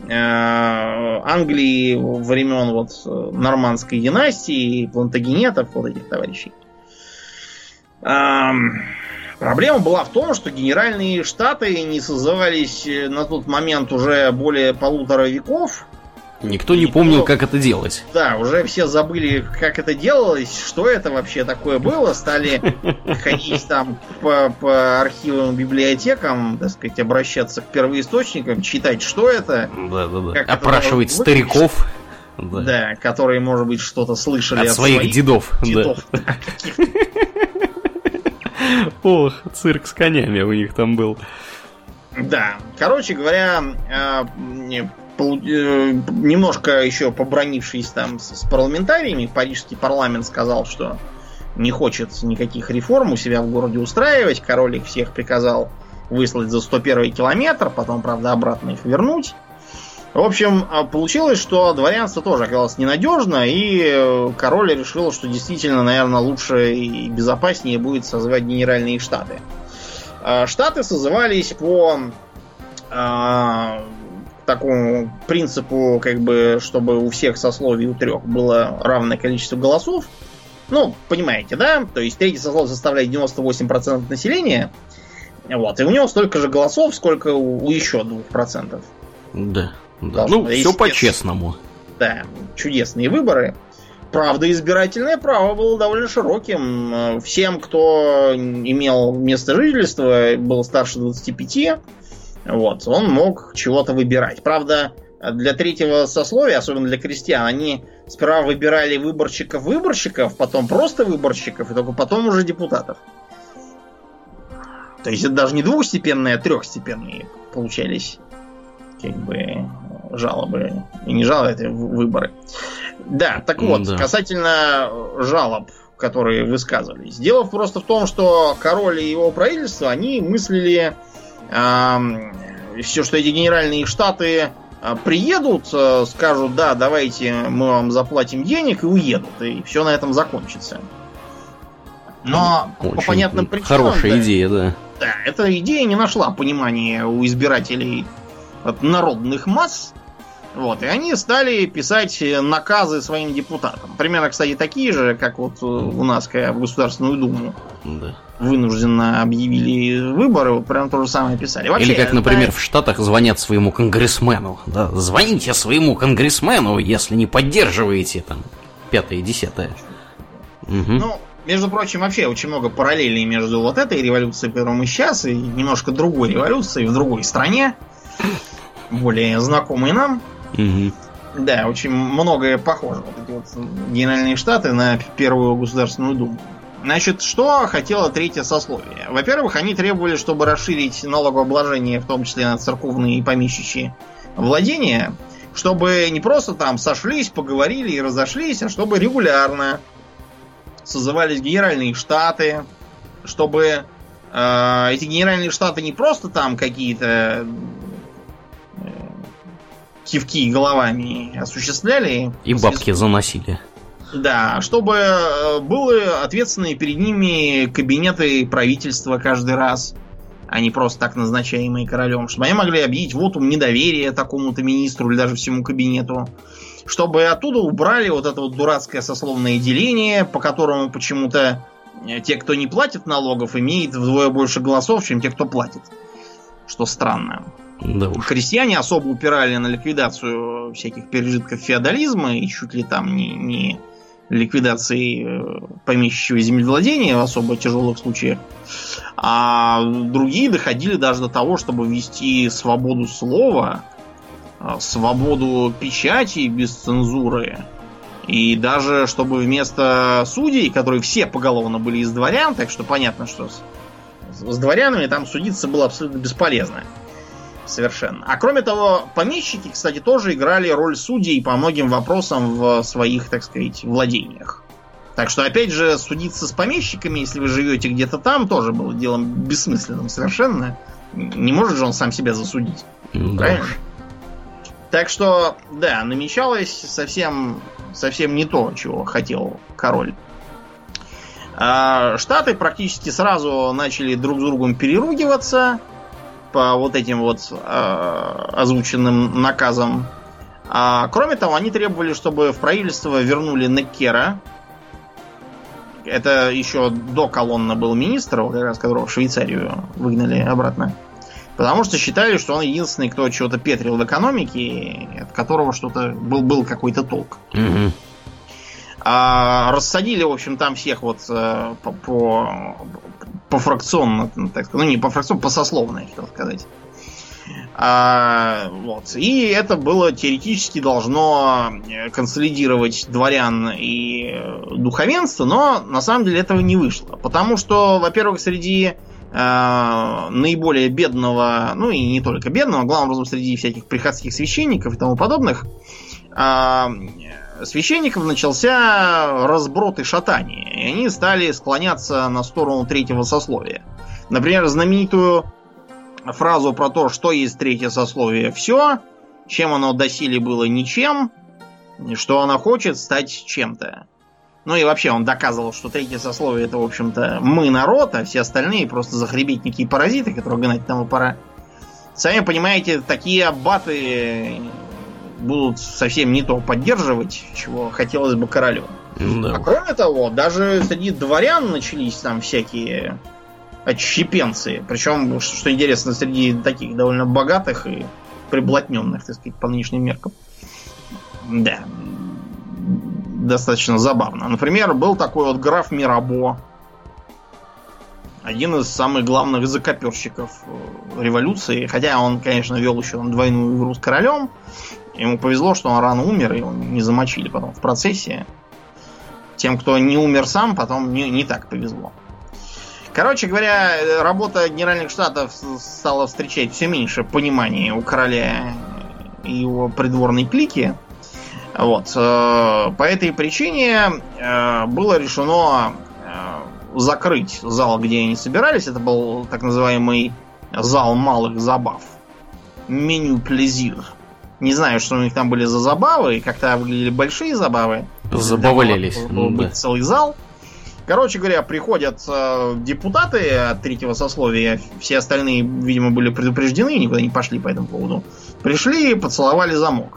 Англии времен вот нормандской династии, плантагенетов, вот этих товарищей. Проблема была в том, что генеральные штаты не созывались на тот момент уже более полутора веков. Никто не помнил, как это делать. Да, уже все забыли, как это делалось, что это вообще такое было. Стали ходить там по, по архивам, библиотекам, так сказать, обращаться к первоисточникам, читать, что это. Да, да, да. Опрашивать это стариков. Да. да, которые, может быть, что-то слышали от, от своих, своих дедов. дедов да. Ох, цирк с конями у них там был. Да, короче говоря, немножко еще побранившись там с парламентариями, парижский парламент сказал, что не хочет никаких реформ у себя в городе устраивать. Король их всех приказал выслать за сто первый километр, потом, правда, обратно их вернуть. В общем, получилось, что дворянство тоже оказалось ненадежно, и король решил, что действительно, наверное, лучше и безопаснее будет созвать генеральные штаты. Штаты созывались по э, такому принципу, как бы, чтобы у всех сословий, у трех было равное количество голосов. Ну, понимаете, да? То есть третье сословие составляет девяносто восемь процентов населения, вот, и у него столько же голосов, сколько у, у еще двух процентов. Да. Да. Ну, все по-честному. Да, чудесные выборы. Правда, избирательное право было довольно широким. Всем, кто имел место жительства, был старше двадцати пяти, вот, он мог чего-то выбирать. Правда, для третьего сословия, особенно для крестьян, они сперва выбирали выборщиков-выборщиков, потом просто выборщиков, и только потом уже депутатов. То есть это даже не двухстепенные, а трехстепенные получались, как бы, жалобы. И не жалобы, это выборы. Да, так вот, да. Касательно жалоб, которые высказывались. Дело просто в том, что король и его правительство, они мыслили э, все, что эти генеральные штаты э, приедут, э, скажут: да, давайте мы вам заплатим денег, и уедут. И все на этом закончится. Но очень по понятным причинам... Хорошая да, идея, да. Да, эта идея не нашла понимания у избирателей от народных масс. Вот, и они стали писать наказы своим депутатам. Примерно, кстати, такие же, как вот у нас, когда в Государственную Думу да. вынужденно объявили выборы, вот прям то же самое писали. Вообще, или как, например, это... в Штатах звонят своему конгрессмену. Да? Звоните своему конгрессмену, если не поддерживаете там пятое, десятое. Угу. Ну, между прочим, вообще очень много параллелей между вот этой революцией, которую мы сейчас, и немножко другой революцией в другой стране, более знакомой нам. Угу. Да, очень многое похоже. Вот эти вот генеральные штаты на Первую Государственную Думу. Значит, что хотело третье сословие? Во-первых, они требовали, чтобы расширить налогообложение, в том числе на церковные и помещичьи владения, чтобы не просто там сошлись, поговорили и разошлись, а чтобы регулярно созывались генеральные штаты, чтобы э, эти генеральные штаты не просто там какие-то кивки головами осуществляли. И бабки заносили. Да, чтобы были ответственные перед ними кабинеты правительства каждый раз, а не просто так назначаемые королем. Чтобы они могли объявить вотум недоверия такому-то министру или даже всему кабинету. Чтобы оттуда убрали вот это вот дурацкое сословное деление, по которому почему-то те, кто не платит налогов, имеют вдвое больше голосов, чем те, кто платит. Что странно. Да уж. Крестьяне особо упирали на ликвидацию всяких пережитков феодализма и чуть ли там не, не ликвидации помещичьего землевладения в особо тяжелых случаях. А другие доходили даже до того, чтобы ввести свободу слова, свободу печати без цензуры. И даже чтобы вместо судей, которые все поголовно были из дворян, так что понятно, что с, с дворянами там судиться было абсолютно бесполезно. Совершенно. А кроме того, помещики, кстати, тоже играли роль судей по многим вопросам в своих, так сказать, владениях. Так что, опять же, судиться с помещиками, если вы живете где-то там, тоже было делом бессмысленным совершенно. Не может же он сам себя засудить. Да. Правильно? Так что, да, намечалось совсем, совсем не то, чего хотел король. А Штаты практически сразу начали друг с другом переругиваться по вот этим вот э, озвученным наказам. А, кроме того, они требовали, чтобы в правительство вернули Неккера. Это еще до Колонна был министр, как раз которого в Швейцарию выгнали обратно. Потому что считали, что он единственный, кто чего-то петрил в экономике, от которого что-то был, был какой-то толк. Mm-hmm. А, рассадили, в общем, там всех вот по, по, по фракционно, так сказать, ну не по фракционно, по сословно, я хотел сказать. А, вот. И это было теоретически должно консолидировать дворян и духовенство, но на самом деле этого не вышло. Потому что, во-первых, среди э, наиболее бедного, ну и не только бедного, главным образом среди всяких приходских священников и тому подобных, э, священников начался разброд и шатание. И они стали склоняться на сторону третьего сословия. Например, знаменитую фразу про то, что есть третье сословие все, чем оно доселе было ничем, что оно хочет стать чем-то. Ну и вообще он доказывал, что третье сословие это, в общем-то, мы народ, а все остальные просто захребетники и паразиты, которых гнать тому пора. Сами понимаете, такие аббаты будут совсем не то поддерживать, чего хотелось бы королю. Да. А кроме того, даже среди дворян начались там всякие отщепенцы. Причем, что интересно, среди таких довольно богатых и приблотненных, так сказать, по нынешним меркам. Да. Достаточно забавно. Например, был такой вот граф Мирабо. Один из самых главных закоперщиков революции. Хотя он, конечно, вел еще там двойную игру с королем. Ему повезло, что он рано умер, и его не замочили потом в процессе. Тем, кто не умер сам, потом не, не так повезло. Короче говоря, работа Генеральных Штатов стала встречать все меньше понимания у короля и его придворной клики. Вот. По этой причине было решено закрыть зал, где они собирались. Это был так называемый зал малых забав. Меню плезир. Не знаю, что у них там были за забавы. Как-то выглядели большие забавы. Забавлялись. Был бы целый зал. Короче говоря, приходят э, депутаты от третьего сословия. Все остальные, видимо, были предупреждены, никуда не пошли по этому поводу. Пришли, поцеловали замок.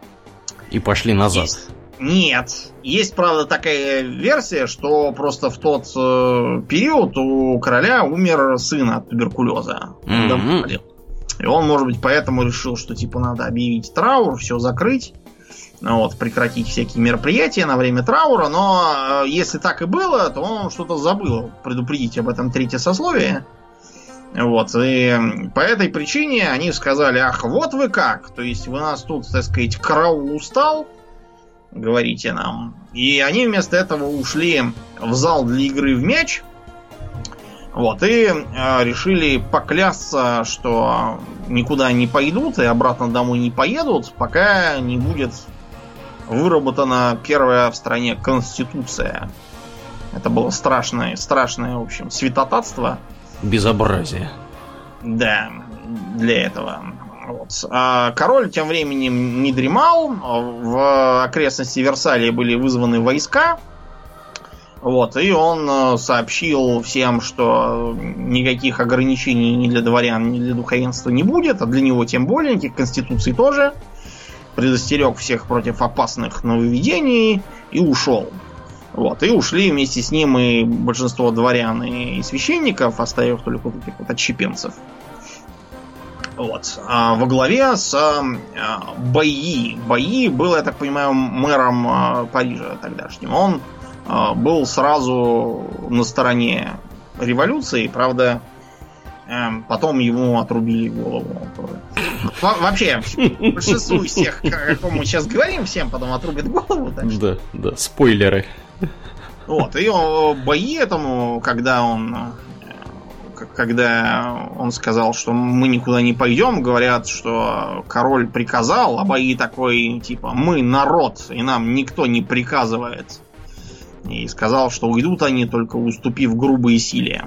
И пошли назад. Есть... Нет. Есть, правда, такая версия, что просто в тот э, период у короля умер сын от туберкулеза. Mm-hmm. И он, может быть, поэтому решил, что типа надо объявить траур, все закрыть. Вот, прекратить всякие мероприятия на время траура, но э, если так и было, то он что-то забыл предупредить об этом третье сословие. Вот, и по этой причине они сказали: ах, вот вы как, то есть вы нас тут, так сказать, караул устал, говорите нам. И они вместо этого ушли в зал для игры в мяч. Вот, и э, решили поклясться, что никуда не пойдут и обратно домой не поедут, пока не будет выработана первая в стране конституция. Это было страшное, страшное, в общем, святотатство. Безобразие. Да, для этого. Вот. А король тем временем не дремал. В окрестности Версаля были вызваны войска. Вот, и он сообщил всем, что никаких ограничений ни для дворян, ни для духовенства не будет, а для него тем более, никаких конституций тоже. Предостерег всех против опасных нововведений и ушел. Вот, и ушли вместе с ним и большинство дворян и священников, оставив только вот этих вот отщепенцев. Вот. А во главе с а, Байи. Байи был, я так понимаю, мэром а, Парижа тогдашним. Он а, был сразу на стороне революции, правда, а, потом ему отрубили голову. Во- вообще, большинству из тех, о ком мы сейчас говорим, всем потом отрубят голову. Так что... Да, да, спойлеры. Вот, и Байи этому, когда он... Когда он сказал, что мы никуда не пойдем, говорят, что король приказал, а Байи такой, типа, мы народ, и нам никто не приказывает. И сказал, что уйдут они, только уступив грубой силе.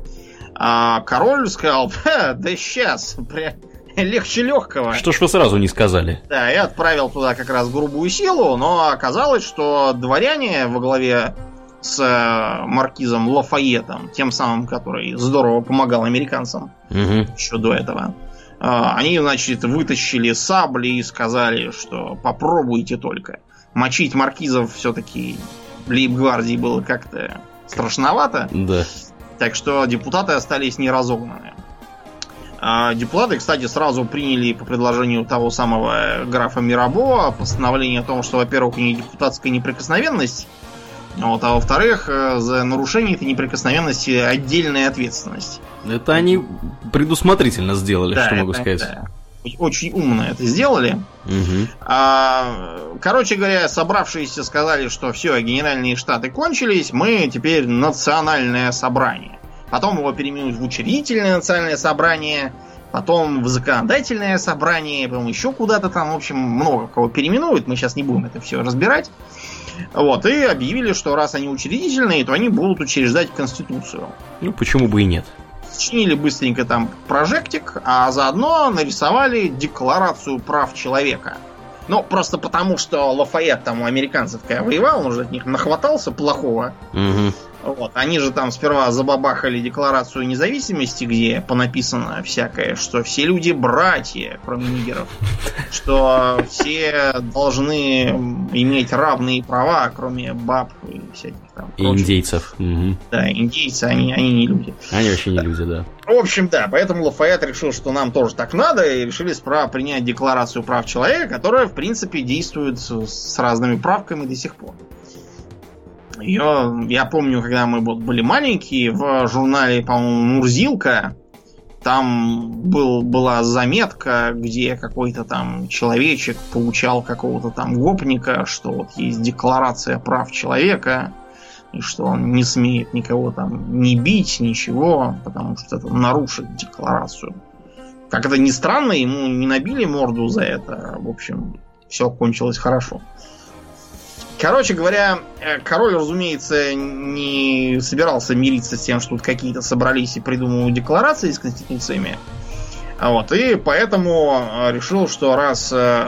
А король сказал, да сейчас, легче легкого. Что ж вы сразу не сказали? Да, и отправил туда как раз грубую силу, но оказалось, что дворяне во главе с маркизом Лафайетом, тем самым, который здорово помогал американцам угу. еще до этого. Они, значит, вытащили сабли и сказали, что попробуйте только. Мочить маркизов все-таки лейб-гвардии было как-то страшновато. Да. Так что депутаты остались неразогнаны. Депутаты, кстати, сразу приняли по предложению того самого графа Мирабо постановление о том, что, во-первых, у них депутатская неприкосновенность, вот, а во-вторых, за нарушение этой неприкосновенности отдельная ответственность. Это они предусмотрительно сделали, да, что могу это, сказать. Да. Очень умно это сделали. Угу. А, короче говоря, собравшиеся сказали, что все, генеральные штаты кончились, мы теперь национальное собрание. Потом его переименуют в учредительное национальное собрание, потом в законодательное собрание, потом еще куда-то там, в общем, много кого переименуют, мы сейчас не будем это все разбирать. Вот, и объявили, что раз они учредительные, то они будут учреждать Конституцию. Ну, почему бы и нет. Сочинили быстренько там прожектик, а заодно нарисовали Декларацию прав человека. Ну, просто потому, что Лафайет там у американцев когда воевал, он уже от них нахватался плохого. Угу. Вот. Они же там сперва забабахали Декларацию независимости, где понаписано всякое, что все люди братья, кроме нигеров, что все должны иметь равные права, кроме баб и всяких там и прочих. Индейцев. Угу. Да, индейцы, они, они не люди. Они вообще не люди, да. В общем, да, поэтому Лафайет решил, что нам тоже так надо, и решили справа принять Декларацию прав человека, которая, в принципе, действует с разными правками до сих пор. Ее, я помню, когда мы были маленькие, в журнале, по-моему, «Мурзилка», там был, была заметка, где какой-то там человечек получал какого-то там гопника, что вот есть Декларация прав человека, и что он не смеет никого там не бить, ничего, потому что это нарушит декларацию. Как это ни странно, ему не набили морду за это. В общем, все кончилось хорошо. Короче говоря, король, разумеется, не собирался мириться с тем, что тут какие-то собрались и придумывают декларации с конституциями. Вот, и поэтому решил, что раз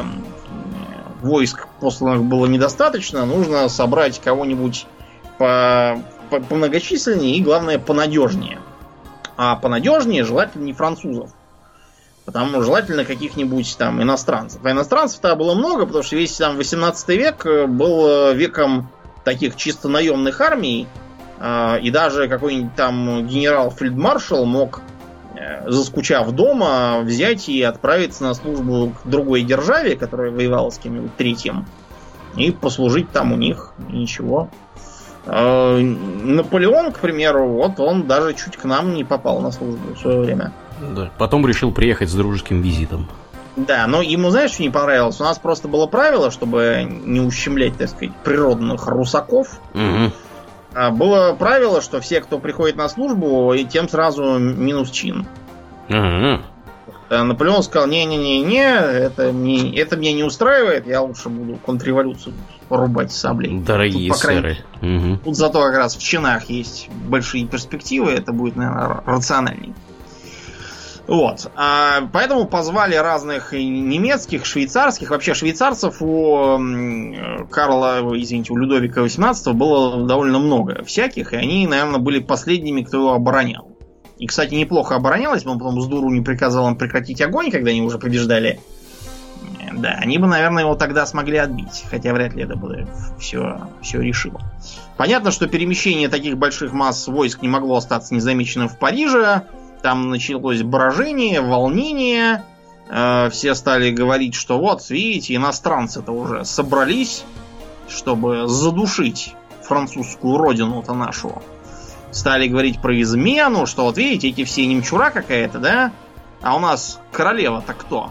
войск посланных было недостаточно, нужно собрать кого-нибудь по, по, по многочисленнее и, главное, понадежнее. А понадежнее желательно не французов. Потому желательно каких-нибудь там иностранцев. А иностранцев-то было много, потому что весь там восемнадцатый век был веком таких чисто наемных армий. И даже какой-нибудь там генерал-фельдмаршал мог, заскучав дома, взять и отправиться на службу к другой державе, которая воевала с кем-нибудь третьим, и послужить там у них. И ничего. Наполеон, к примеру, вот он даже чуть к нам не попал на службу в свое время. Да. Потом решил приехать с дружеским визитом. Да, но ему, знаешь, что не понравилось? У нас просто было правило, чтобы не ущемлять, так сказать, природных русаков. Угу. Было правило, что все, кто приходит на службу, и тем сразу минус чин. Угу. Наполеон сказал, не-не-не-не, это, мне, это меня не устраивает, я лучше буду контрреволюцию рубать саблей. Дорогие тут, сэры. Угу. Тут зато как раз в чинах есть большие перспективы, это будет, наверное, рациональней. Вот. А, поэтому позвали разных немецких, швейцарских. Вообще швейцарцев у Карла, извините, у Людовика восемнадцатого было довольно много всяких, и они, наверное, были последними, кто его оборонял. И, кстати, неплохо оборонялось, но он потом с дуру не приказал им прекратить огонь, когда они уже побеждали. Да, они бы, наверное, его тогда смогли отбить. Хотя вряд ли это бы все, все решило. Понятно, что перемещение таких больших масс войск не могло остаться незамеченным в Париже. Там началось брожение, волнение. э, все стали говорить, что вот, видите, иностранцы-то уже собрались, чтобы задушить французскую родину-то нашу. Стали говорить про измену, что вот видите, эти все немчура какая-то, да? А у нас королева-то кто?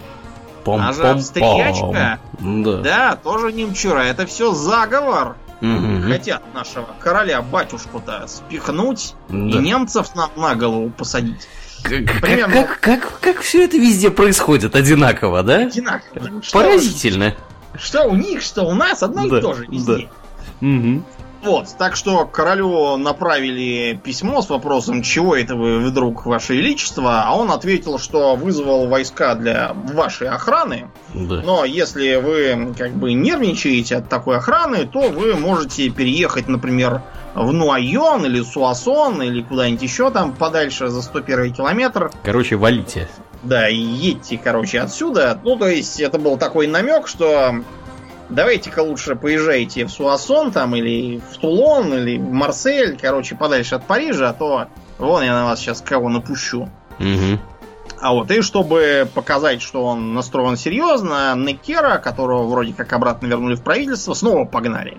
Она же австриячка. Да. Да, тоже немчура. Это все заговор. Угу. Хотят нашего короля-батюшку-то спихнуть, да, и немцев нам на голову посадить. Как, Примерно... как, как, как, как все это везде происходит одинаково, да? Одинаково. Поразительно. Что, что у них, что у нас, одно да, и то же везде. Да. Угу. Вот, так что королю направили письмо с вопросом, чего это вы вдруг, ваше величество, а он ответил, что вызвал войска для вашей охраны, да, но если вы как бы нервничаете от такой охраны, то вы можете переехать, например, в Нуайон или Суассон или куда-нибудь еще там подальше за сто первый километр. Короче, валите. Да, и едьте, короче, отсюда. Ну, то есть, это был такой намек, что... Давайте-ка лучше поезжайте в Суассон там, или в Тулон, или в Марсель, короче, подальше от Парижа, а то вон я на вас сейчас кого напущу. Угу. А вот, и чтобы показать, что он настроен серьезно, Неккера, которого вроде как обратно вернули в правительство, снова погнали.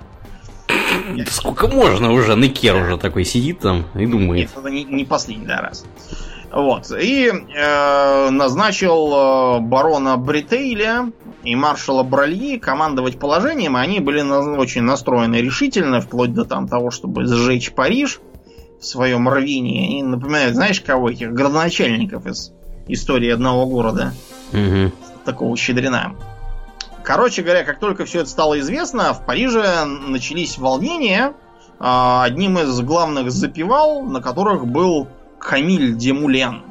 Сколько можно уже? Неккер уже такой сидит там и думает. Нет, это не, не последний, да, раз. Вот. И э, назначил э, барона Бретейля и маршала Бральи командовать положением, и они были на, очень настроены решительно, вплоть до там, того, чтобы сжечь Париж в своем рвении. Они напоминают, знаешь, кого, этих градоначальников из истории одного города. Угу. Такого щедрена. Короче говоря, как только все это стало известно, в Париже начались волнения. Э, одним из главных запевал, на которых был Камиль Демулен.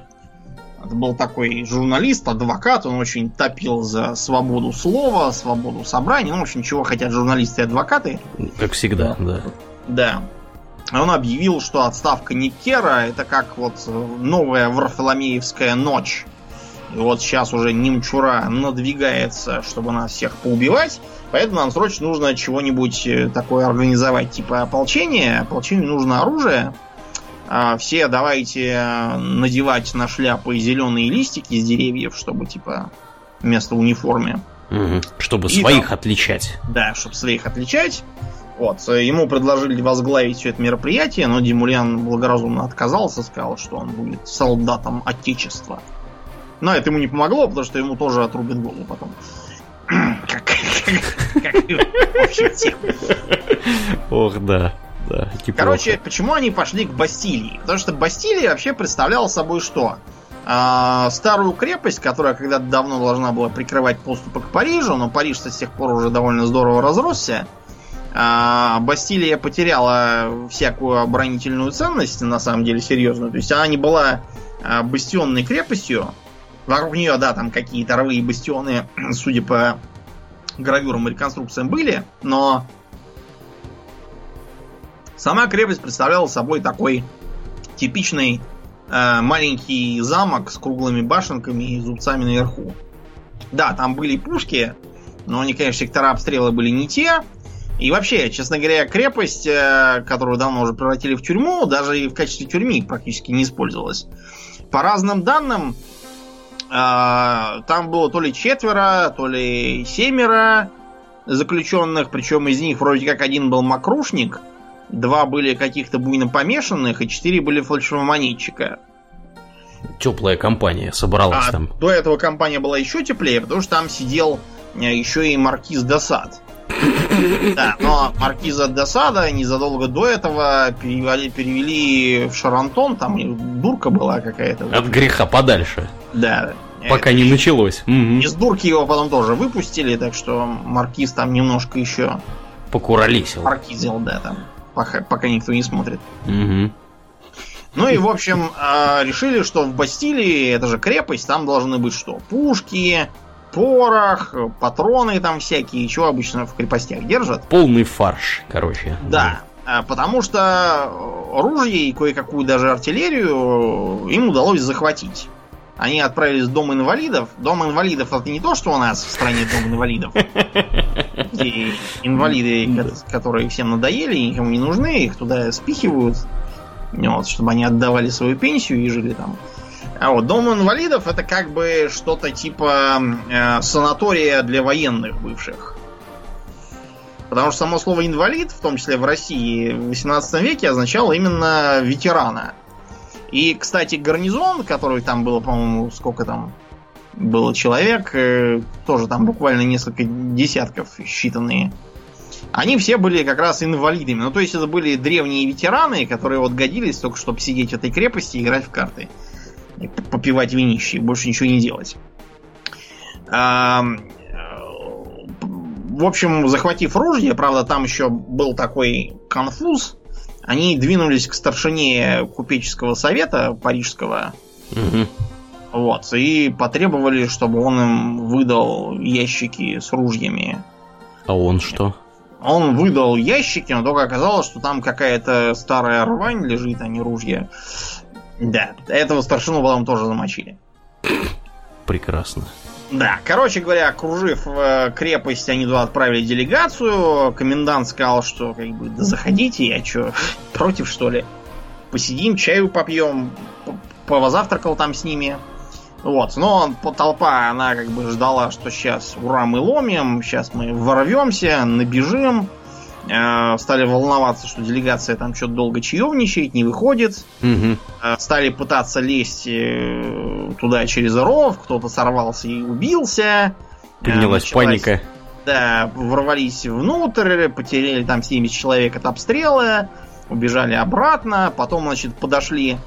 Это был такой журналист, адвокат, он очень топил за свободу слова, свободу собраний, ну, в общем, чего хотят журналисты и адвокаты. Как всегда, да. Да. Он объявил, что отставка Неккера это как вот новая Варфоломеевская ночь. И вот сейчас уже немчура надвигается, чтобы нас всех поубивать, поэтому нам срочно нужно чего-нибудь такое организовать, типа ополчения. Ополчению нужно оружие. Все давайте надевать на шляпы зеленые листики из деревьев, чтобы, типа, вместо униформы. Угу. Чтобы и своих там, отличать. Да, чтобы своих отличать. Вот. Ему предложили возглавить все это мероприятие, но Демулен благоразумно отказался, сказал, что он будет солдатом Отечества. Но это ему не помогло, потому что ему тоже отрубят голову потом. Как в общем тем. Ох, да. Да, короче, плохо. Почему они пошли к Бастилии? Потому что Бастилия вообще представляла собой что? А, старую крепость, которая когда-то давно должна была прикрывать подступы к Парижу, но Париж с тех пор уже довольно здорово разросся. А, Бастилия потеряла всякую оборонительную ценность, на самом деле, серьезную. То есть она не была а, бастионной крепостью. Вокруг нее, да, там какие-то рвы и бастионы, судя по гравюрам и реконструкциям, были, но сама крепость представляла собой такой типичный э, маленький замок с круглыми башенками и зубцами наверху. Да, там были пушки, но они, конечно, сектора обстрела были не те. И вообще, честно говоря, крепость, э, которую давно уже превратили в тюрьму, даже и в качестве тюрьмы практически не использовалась. По разным данным, э, там было то ли четверо, то ли семеро заключенных, причем из них вроде как один был мокрушник, два были каких-то буйно помешанных, и четыре были фальшивомонетчика. Теплая компания собралась а там. До этого компания была еще теплее, потому что там сидел еще и маркиз де Сад. Да, но маркиза де Сада незадолго до этого перевели, перевели в Шарантон, там дурка была какая-то. От греха подальше. Да. Пока не началось. Угу. Из дурки его потом тоже выпустили, так что маркиз там немножко еще покуролесил. Маркизил, да, там. Пока, пока никто не смотрит. Угу. Ну и, в общем, решили, что в Бастилии, это же крепость, там должны быть что? Пушки, порох, патроны там всякие, чего обычно в крепостях держат. Полный фарш, короче. Да, да. Потому что ружья и кое-какую даже артиллерию им удалось захватить. Они отправились в Дом инвалидов. Дом инвалидов это не то, что у нас в стране Дом инвалидов. Где инвалиды, которые всем надоели, никому не нужны, их туда спихивают, вот, чтобы они отдавали свою пенсию и жили там. А вот дом инвалидов это как бы что-то типа э, санатория для военных бывших. Потому что само слово инвалид, в том числе в России в восемнадцатом веке, означало именно ветерана. И, кстати, гарнизон, который там было, по-моему, сколько там было человек, э, тоже там буквально несколько десятков считанные, они все были как раз инвалидами. Ну, то есть это были древние ветераны, которые вот годились только чтобы сидеть в этой крепости и играть в карты. И попивать винище, и больше ничего не делать. А, в общем, захватив ружье, правда, там еще был такой конфуз, они двинулись к старшине купеческого совета парижского. Угу. Вот, и потребовали, чтобы он им выдал ящики с ружьями. А он что? Он выдал ящики, но только оказалось, что там какая-то старая рвань лежит, а не ружье. Да, этого старшину потом тоже замочили. Прекрасно. Да, короче говоря, окружив э, крепость, они туда отправили делегацию. Комендант сказал, что как бы да заходите, я что, против что ли? Посидим, чаю попьем. Позавтракал там с ними. Вот, но толпа, она как бы ждала, что сейчас ура, мы ломим, сейчас мы ворвемся, набежим. Э, стали волноваться, что делегация там что-то долго чаевничает, не выходит. Угу. Э, стали пытаться лезть э, туда через ров, кто-то сорвался и убился. Поднялась э, паника. Да, ворвались внутрь, потеряли там семьдесят человек от обстрела, убежали обратно, потом, значит, подошли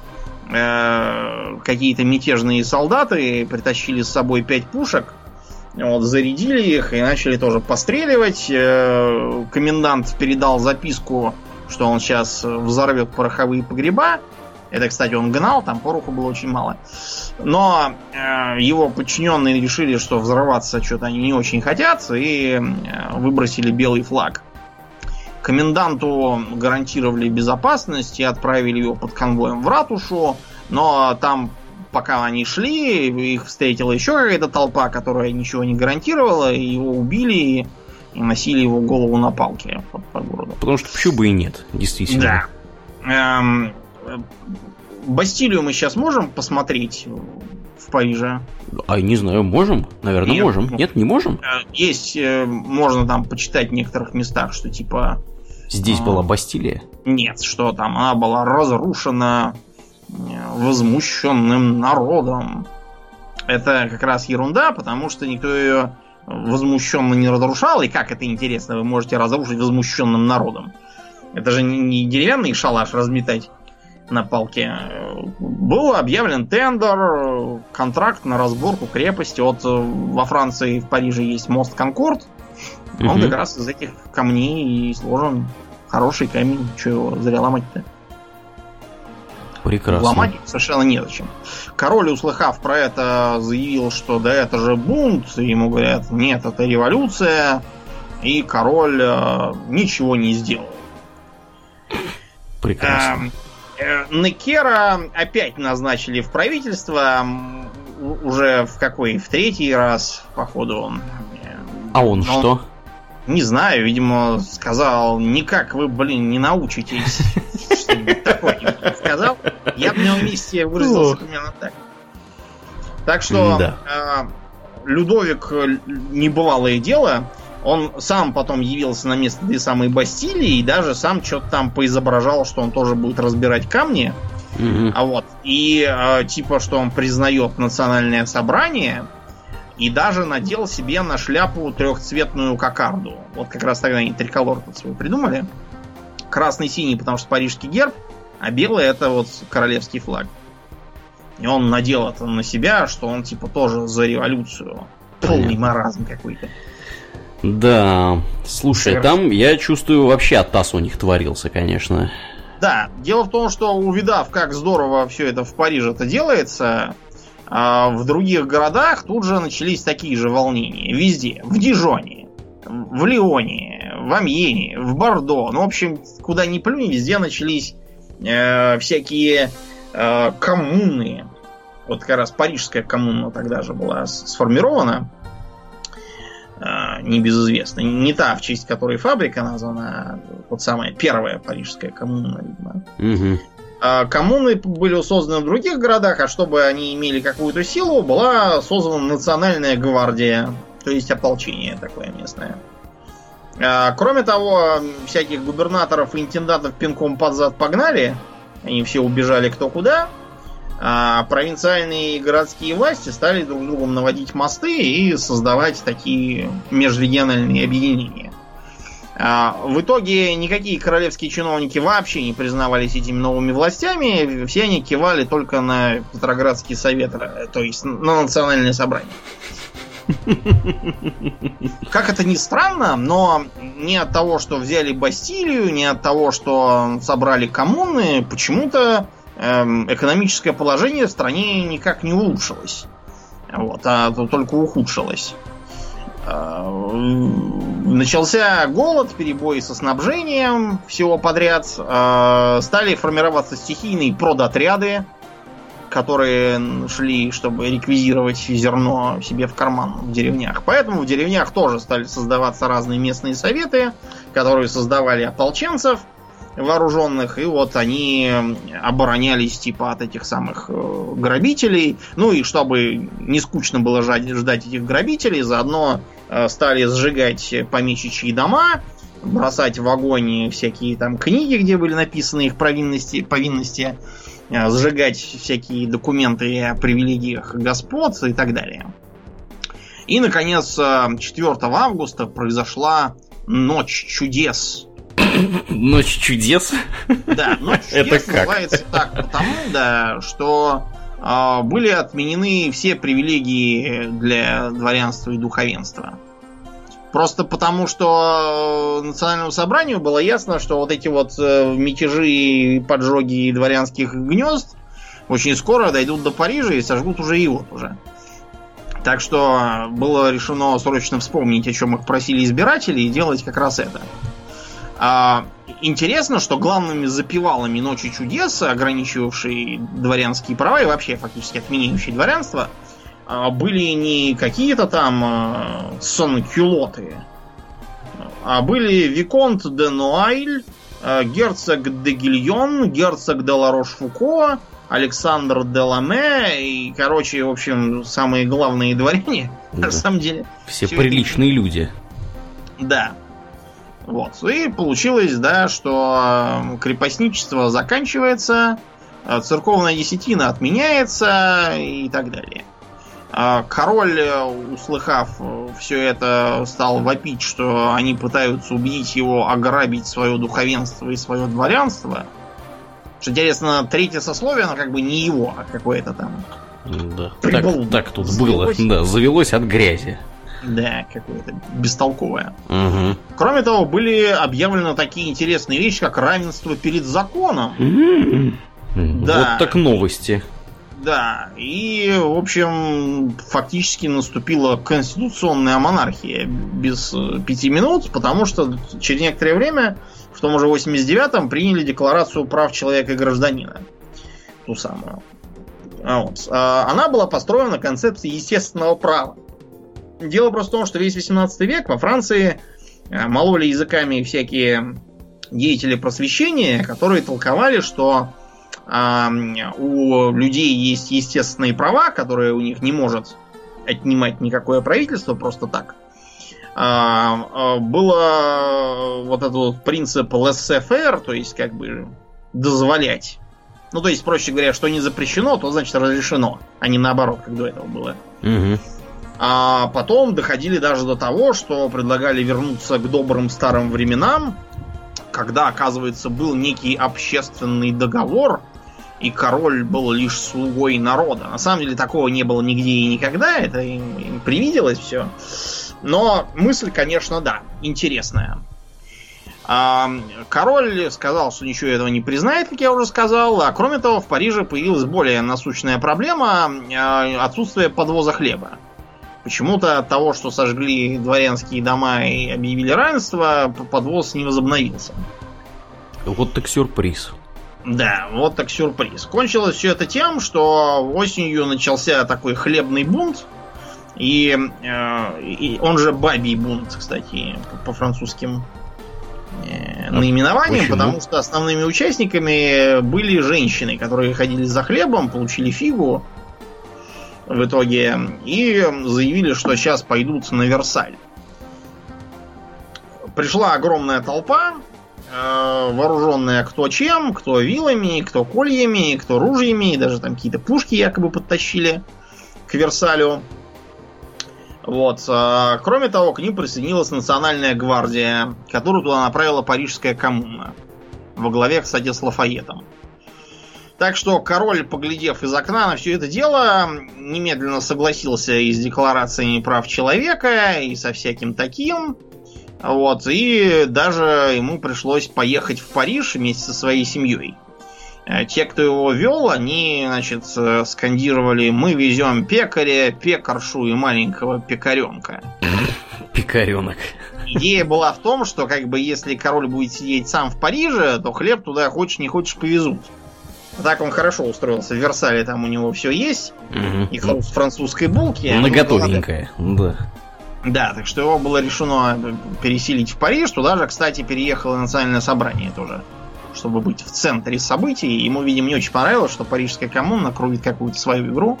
какие-то мятежные солдаты, притащили с собой пять пушек, вот, зарядили их и начали тоже постреливать. Комендант передал записку, что он сейчас взорвет пороховые погреба. Это, кстати, он гнал, там пороху было очень мало. Но его подчиненные решили, что взрываться что-то они не очень хотят, и выбросили белый флаг. Коменданту гарантировали безопасность и отправили его под конвоем в ратушу. Но там, пока они шли, их встретила еще какая-то толпа, которая ничего не гарантировала. И его убили и носили его голову на палке по, по городу. Потому что почему бы и нет, действительно. Да. Эм, Бастилию мы сейчас можем посмотреть в Париже? А не знаю, можем? Наверное, нет, можем. Нет, не можем? Есть, можно там почитать в некоторых местах, что типа... Здесь а, была Бастилия? Нет, что там, она была разрушена возмущенным народом. Это как раз ерунда, потому что никто ее возмущенно не разрушал. И как это интересно, вы можете разрушить возмущенным народом? Это же не деревянный шалаш разметать на палке. Был объявлен тендер, контракт на разборку крепости. Вот во Франции, в Париже есть мост Конкорд. Он угу. как раз из этих камней и сложен. Хороший камень. Чего его зря ломать-то? Прекрасно. Ломать совершенно незачем. Король, услыхав про это, заявил, что да это же бунт. И ему говорят, нет, это революция. И король э, ничего не сделал. Прекрасно. Э, Некера опять назначили в правительство. Уже в какой? В третий раз, походу. А он, он что? Не знаю, видимо, сказал, никак вы, блин, не научитесь. Что-нибудь такое сказал. Я бы на его месте выразился примерно так. Так что да. э, Людовик небывалое дело. Он сам потом явился на место этой самой Бастилии и даже сам что-то там поизображал, что он тоже будет разбирать камни. Угу. А вот. И э, типа, что он признает национальное собрание. И даже надел себе на шляпу трехцветную кокарду. Вот как раз тогда они триколор свой придумали. Красный-синий, потому что парижский герб, а белый это вот королевский флаг. И он надел это на себя, что он типа тоже за революцию. Полный маразм какой-то. Да, слушай, Совершенно. Там я чувствую вообще оттас у них творился, конечно. Да, дело в том, что увидав, как здорово все это в Париже-то делается, в других городах тут же начались такие же волнения. Везде. В Дижоне, в Лионе, в Амьене, в Бордо. Ну, в общем, куда ни плюнь, везде начались э, всякие э, коммуны. Вот как раз парижская коммуна тогда же была сформирована. Э, небезызвестно. Не та, в честь которой фабрика названа, а вот самая первая парижская коммуна, видимо. Угу. Коммуны были созданы в других городах, а чтобы они имели какую-то силу, была создана национальная гвардия, то есть ополчение такое местное. Кроме того, всяких губернаторов и интендантов пинком под зад погнали, они все убежали кто куда, а провинциальные и городские власти стали друг с другом наводить мосты и создавать такие межрегиональные объединения. В итоге никакие королевские чиновники вообще не признавались этими новыми властями, все они кивали только на Петроградский совет, то есть на национальное собрание. Как это ни странно, но не от того, что взяли Бастилию, не от того, что собрали коммуны, почему-то эм, экономическое положение в стране никак не улучшилось, вот, а только ухудшилось. Начался голод, перебои со снабжением всего подряд. Стали формироваться стихийные продотряды, которые шли, чтобы реквизировать зерно себе в карман в деревнях. Поэтому в деревнях тоже стали создаваться разные местные советы, которые создавали ополченцев вооруженных, и вот они оборонялись типа от этих самых грабителей. Ну и чтобы не скучно было ждать этих грабителей, заодно стали сжигать помещичьи дома, бросать в огонь всякие там книги, где были написаны их провинности, повинности, сжигать всякие документы о привилегиях господ и так далее. И, наконец, четвёртого августа произошла Ночь чудес. Ночь чудес? Да, Ночь чудес называется так потому, да, что э, были отменены все привилегии для дворянства и духовенства. Просто потому, что национальному собранию было ясно, что вот эти вот мятежи и поджоги дворянских гнезд очень скоро дойдут до Парижа и сожгут уже его уже. Так что было решено срочно вспомнить, о чем их просили избиратели, и делать как раз это. А, интересно, что главными запевалами Ночи чудес, ограничивавшие дворянские права и вообще фактически отменяющие дворянство, были не какие-то там санкюлоты, а были Виконт де Нуайль, герцог де Гильон, герцог де Ларош-Фуко, Александр де Ламе и, короче, в общем, самые главные дворяне, да. На самом деле. Все, все приличные это... люди. Да. Вот. И получилось, да, что крепостничество заканчивается, церковная десятина отменяется и так далее. Король, услыхав все это, стал вопить, что они пытаются убедить его ограбить свое духовенство и свое дворянство. Что интересно, третье сословие, оно как бы не его, а какое-то там. Да. Так, так тут завелось. было. Да, завелось от грязи. Да, какое-то бестолковое. Угу. Кроме того, были объявлены такие интересные вещи, как равенство перед законом. Mm-hmm. Да. Вот так новости. Да, и, в общем, фактически наступила конституционная монархия без пяти минут, потому что через некоторое время, в том же восемьдесят девятом, приняли Декларацию прав человека и гражданина. Ту самую. Вот. Она была построена на концепции естественного права. Дело просто в том, что весь восемнадцатый век во Франции мололи языками всякие деятели просвещения, которые толковали, что у людей есть естественные права, которые у них не может отнимать никакое правительство просто так. Было вот этот вот принцип laissez-faire, то есть как бы дозволять. Ну, то есть, проще говоря, что не запрещено, то значит разрешено, а не наоборот, как до этого было. Угу. А потом доходили даже до того, что предлагали вернуться к добрым старым временам, когда, оказывается, был некий общественный договор, и король был лишь слугой народа. На самом деле такого не было нигде и никогда, это им, им привиделось все. Но мысль, конечно, да, интересная. А, король сказал, что ничего этого не признает, как я уже сказал, а кроме того, в Париже появилась более насущная проблема – отсутствие подвоза хлеба. Почему-то от того, что сожгли дворянские дома и объявили равенство, подвоз не возобновился. Вот так сюрприз. Да, вот так сюрприз. Кончилось все это тем, что осенью начался такой хлебный бунт. И, э, и он же бабий бунт, кстати, по, по французским наименованием, почему? Потому что основными участниками были женщины, которые ходили за хлебом, получили фигу в итоге и заявили, что сейчас пойдут на Версаль. Пришла огромная толпа, вооруженная кто чем, кто вилами, кто кольями, кто ружьями, даже там какие-то пушки якобы подтащили к Версалю. Вот. Кроме того, к ним присоединилась Национальная гвардия, которую туда направила Парижская коммуна. Во главе, кстати, с Лафайетом. Так что король, поглядев из окна на все это дело, немедленно согласился и с декларациями прав человека, и со всяким таким. Вот. И даже ему пришлось поехать в Париж вместе со своей семьей. Те, кто его вел, они, значит, скандировали: «Мы везем пекаря, пекаршу и маленького пекаренка». Пекаренок. Идея была в том, что как бы если король будет сидеть сам в Париже, то хлеб туда хочешь не хочешь повезут. Так он хорошо устроился в Версале, там у него все есть. Угу. И хруст французской булки. Многотовенькое, да. Да, так что его было решено переселить в Париж. Туда же, кстати, переехало национальное собрание тоже, чтобы быть в центре событий. Ему, видимо, не очень понравилось, что Парижская коммуна крутит какую-то свою игру.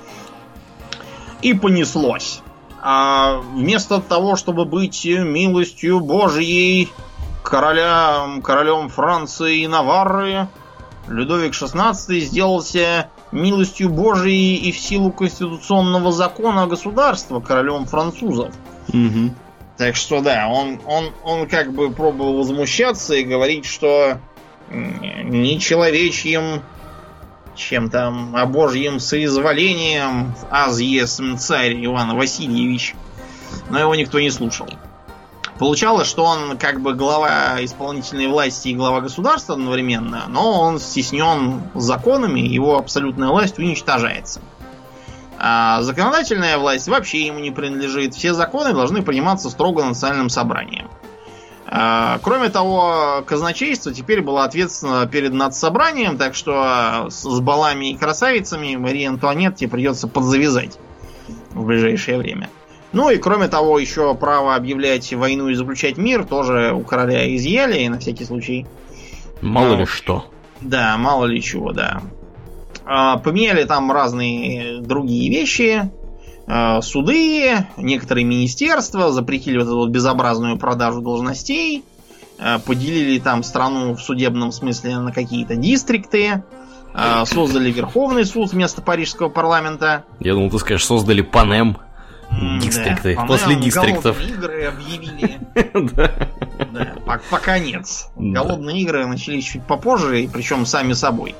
И понеслось. А вместо того, чтобы быть милостью Божьей королем, королем Франции и Наварры, Людовик шестнадцатый сделался милостью Божией и в силу конституционного закона государства королем французов. Угу. Так что да, он, он, он как бы пробовал возмущаться и говорить, что не человечьим, чем там, а божьим соизволением аз есмь царь Иван Васильевич. Но его никто не слушал. Получалось, что он как бы глава исполнительной власти и глава государства одновременно, но он стеснен законами, его абсолютная власть уничтожается. А законодательная власть вообще ему не принадлежит. Все законы должны приниматься строго национальным собранием. А, кроме того, казначейство теперь было ответственно перед надсобранием, так что с балами и красавицами Марии Антуанетте придется подзавязать в ближайшее время. Ну и кроме того, еще право объявлять войну и заключать мир тоже у короля изъяли, и на всякий случай. Мало а, ли что. Да, мало ли чего, да. А, поменяли там разные другие вещи. А, суды, некоторые министерства, запретили вот эту вот безобразную продажу должностей. А, поделили там страну в судебном смысле на какие-то дистрикты. А, создали Верховный суд вместо Парижского парламента. Я думал, ты скажешь, создали Панем. Дистрикты. Да, после дистриктов. Голодные игры объявили. Да, пока нет. Голодные игры начались чуть попозже, и причем сами собой.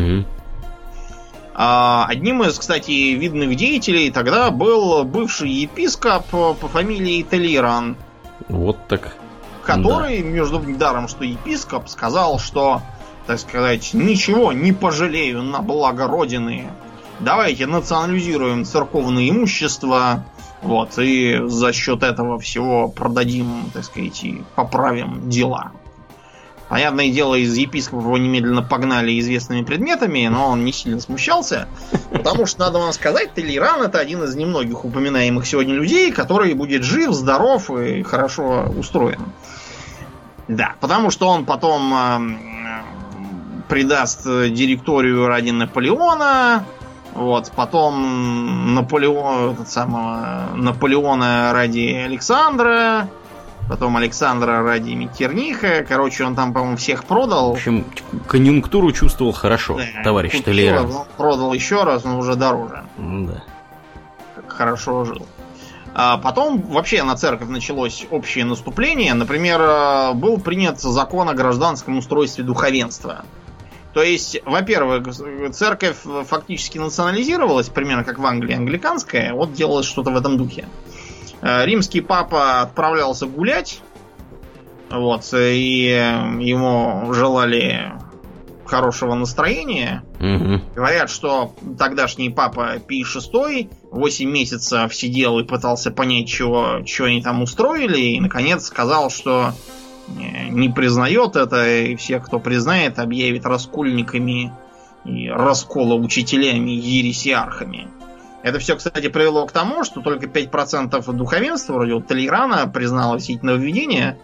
Одним из, кстати, видных деятелей тогда был бывший епископ по фамилии Толейран. Вот так. Который, между даром, что епископ, сказал, что, так сказать, ничего не пожалею на благо Родины. Давайте национализируем церковное имущество, вот, и за счет этого всего продадим, так сказать, и поправим дела. Понятное дело, из епископа его немедленно погнали известными предметами, но он не сильно смущался, потому что, надо вам сказать, Толейран — это один из немногих упоминаемых сегодня людей, который будет жив, здоров и хорошо устроен. Да, потому что он потом э, предаст директорию ради Наполеона. Вот, потом Наполеон, этот самого, Наполеона ради Александра, потом Александра ради Меттерниха. Короче, он там, по-моему, всех продал. В общем, конъюнктуру чувствовал хорошо, да, товарищ Толейран. Продал еще раз, но уже дороже. Да. Как хорошо жил. А потом вообще на церковь началось общее наступление. Например, был принят закон о гражданском устройстве духовенства. То есть, во-первых, церковь фактически национализировалась, примерно как в Англии англиканская, вот делалось что-то в этом духе. Римский папа отправлялся гулять, вот, и ему желали хорошего настроения. Угу. Говорят, что тогдашний папа Пий шестой восемь месяцев сидел и пытался понять, чего, чего они там устроили, и, наконец, сказал, что не признает это, и все, кто признает, объявит раскольниками и расколоучителями, ересиархами. Это все, кстати, привело к тому, что только пять процентов духовенства, вроде вот Толейрана, признало все эти нововведения,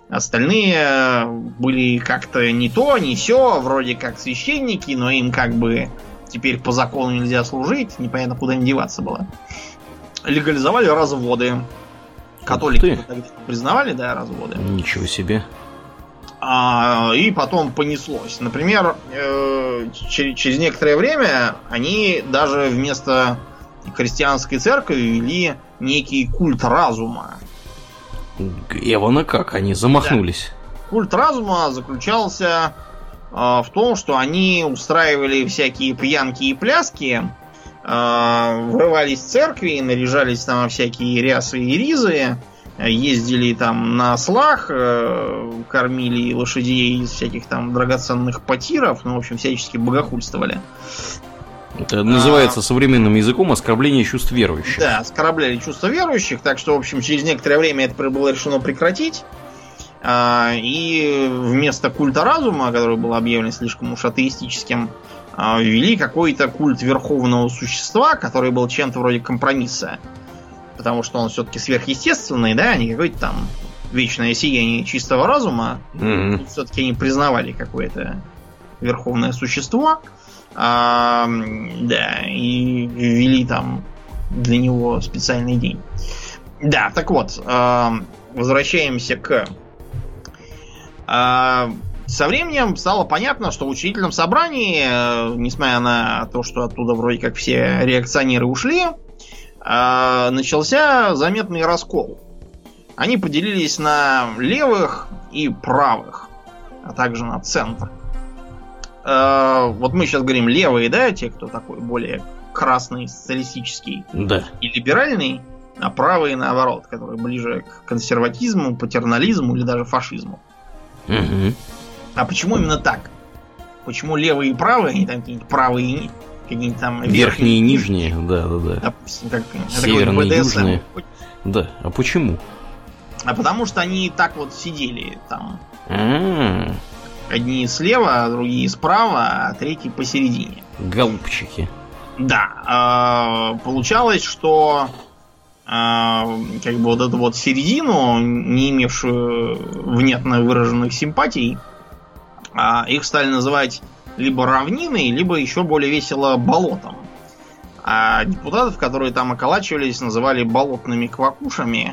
Остальные были как-то не то, не сё, вроде как священники, но им как бы теперь по закону нельзя служить, непонятно куда им деваться было. Легализовали разводы. Католики признавали, да, разводы. Ничего себе. А, и потом понеслось. Например, э, через некоторое время они даже вместо христианской церкви ввели некий культ разума. Эвана как? Они замахнулись. Да. Культ разума заключался э, в том, что они устраивали всякие пьянки и пляски, э, врывались в церкви, наряжались там во всякие рясы и ризы, ездили там на ослах, э, кормили лошадей из всяких там драгоценных потиров, ну, в общем, всячески богохульствовали. Это называется а, современным языком оскорбление чувств верующих. Да, оскорбляли чувства верующих, так что, в общем, через некоторое время это было решено прекратить. А, и вместо культа разума, который был объявлен слишком уж атеистическим, а, ввели какой-то культ верховного существа, который был чем-то вроде компромисса. Потому что он все-таки сверхъестественный, да, не какое-то там вечное сияние чистого разума. Mm-hmm. Все-таки они признавали какое-то верховное существо. А, да, и ввели там для него специальный день. Да, так вот, а, возвращаемся к... А, со временем стало понятно, что в учредительном собрании, несмотря на то, что оттуда вроде как все реакционеры ушли, а, начался заметный раскол. Они поделились на левых и правых, а также на центр. Вот мы сейчас говорим левые, да, те, кто такой более красный, социалистический, да, и либеральный, а правые, наоборот, которые ближе к консерватизму, патернализму или даже фашизму. Угу. А почему именно так? Почему левые и правые, они там какие-нибудь правые, какие-нибудь там верхние и нижние, да, да, да. Допустим, как северные, южные. Да, а почему? А потому что они так вот сидели там. А-а-а. Одни слева, другие справа, а третий посередине. Голубчики. Да. Э, получалось, что э, как бы вот эту вот середину, не имевшую внятно выраженных симпатий, э, их стали называть либо равниной, либо еще более весело болотом. А депутатов, которые там околачивались, называли болотными квакушами.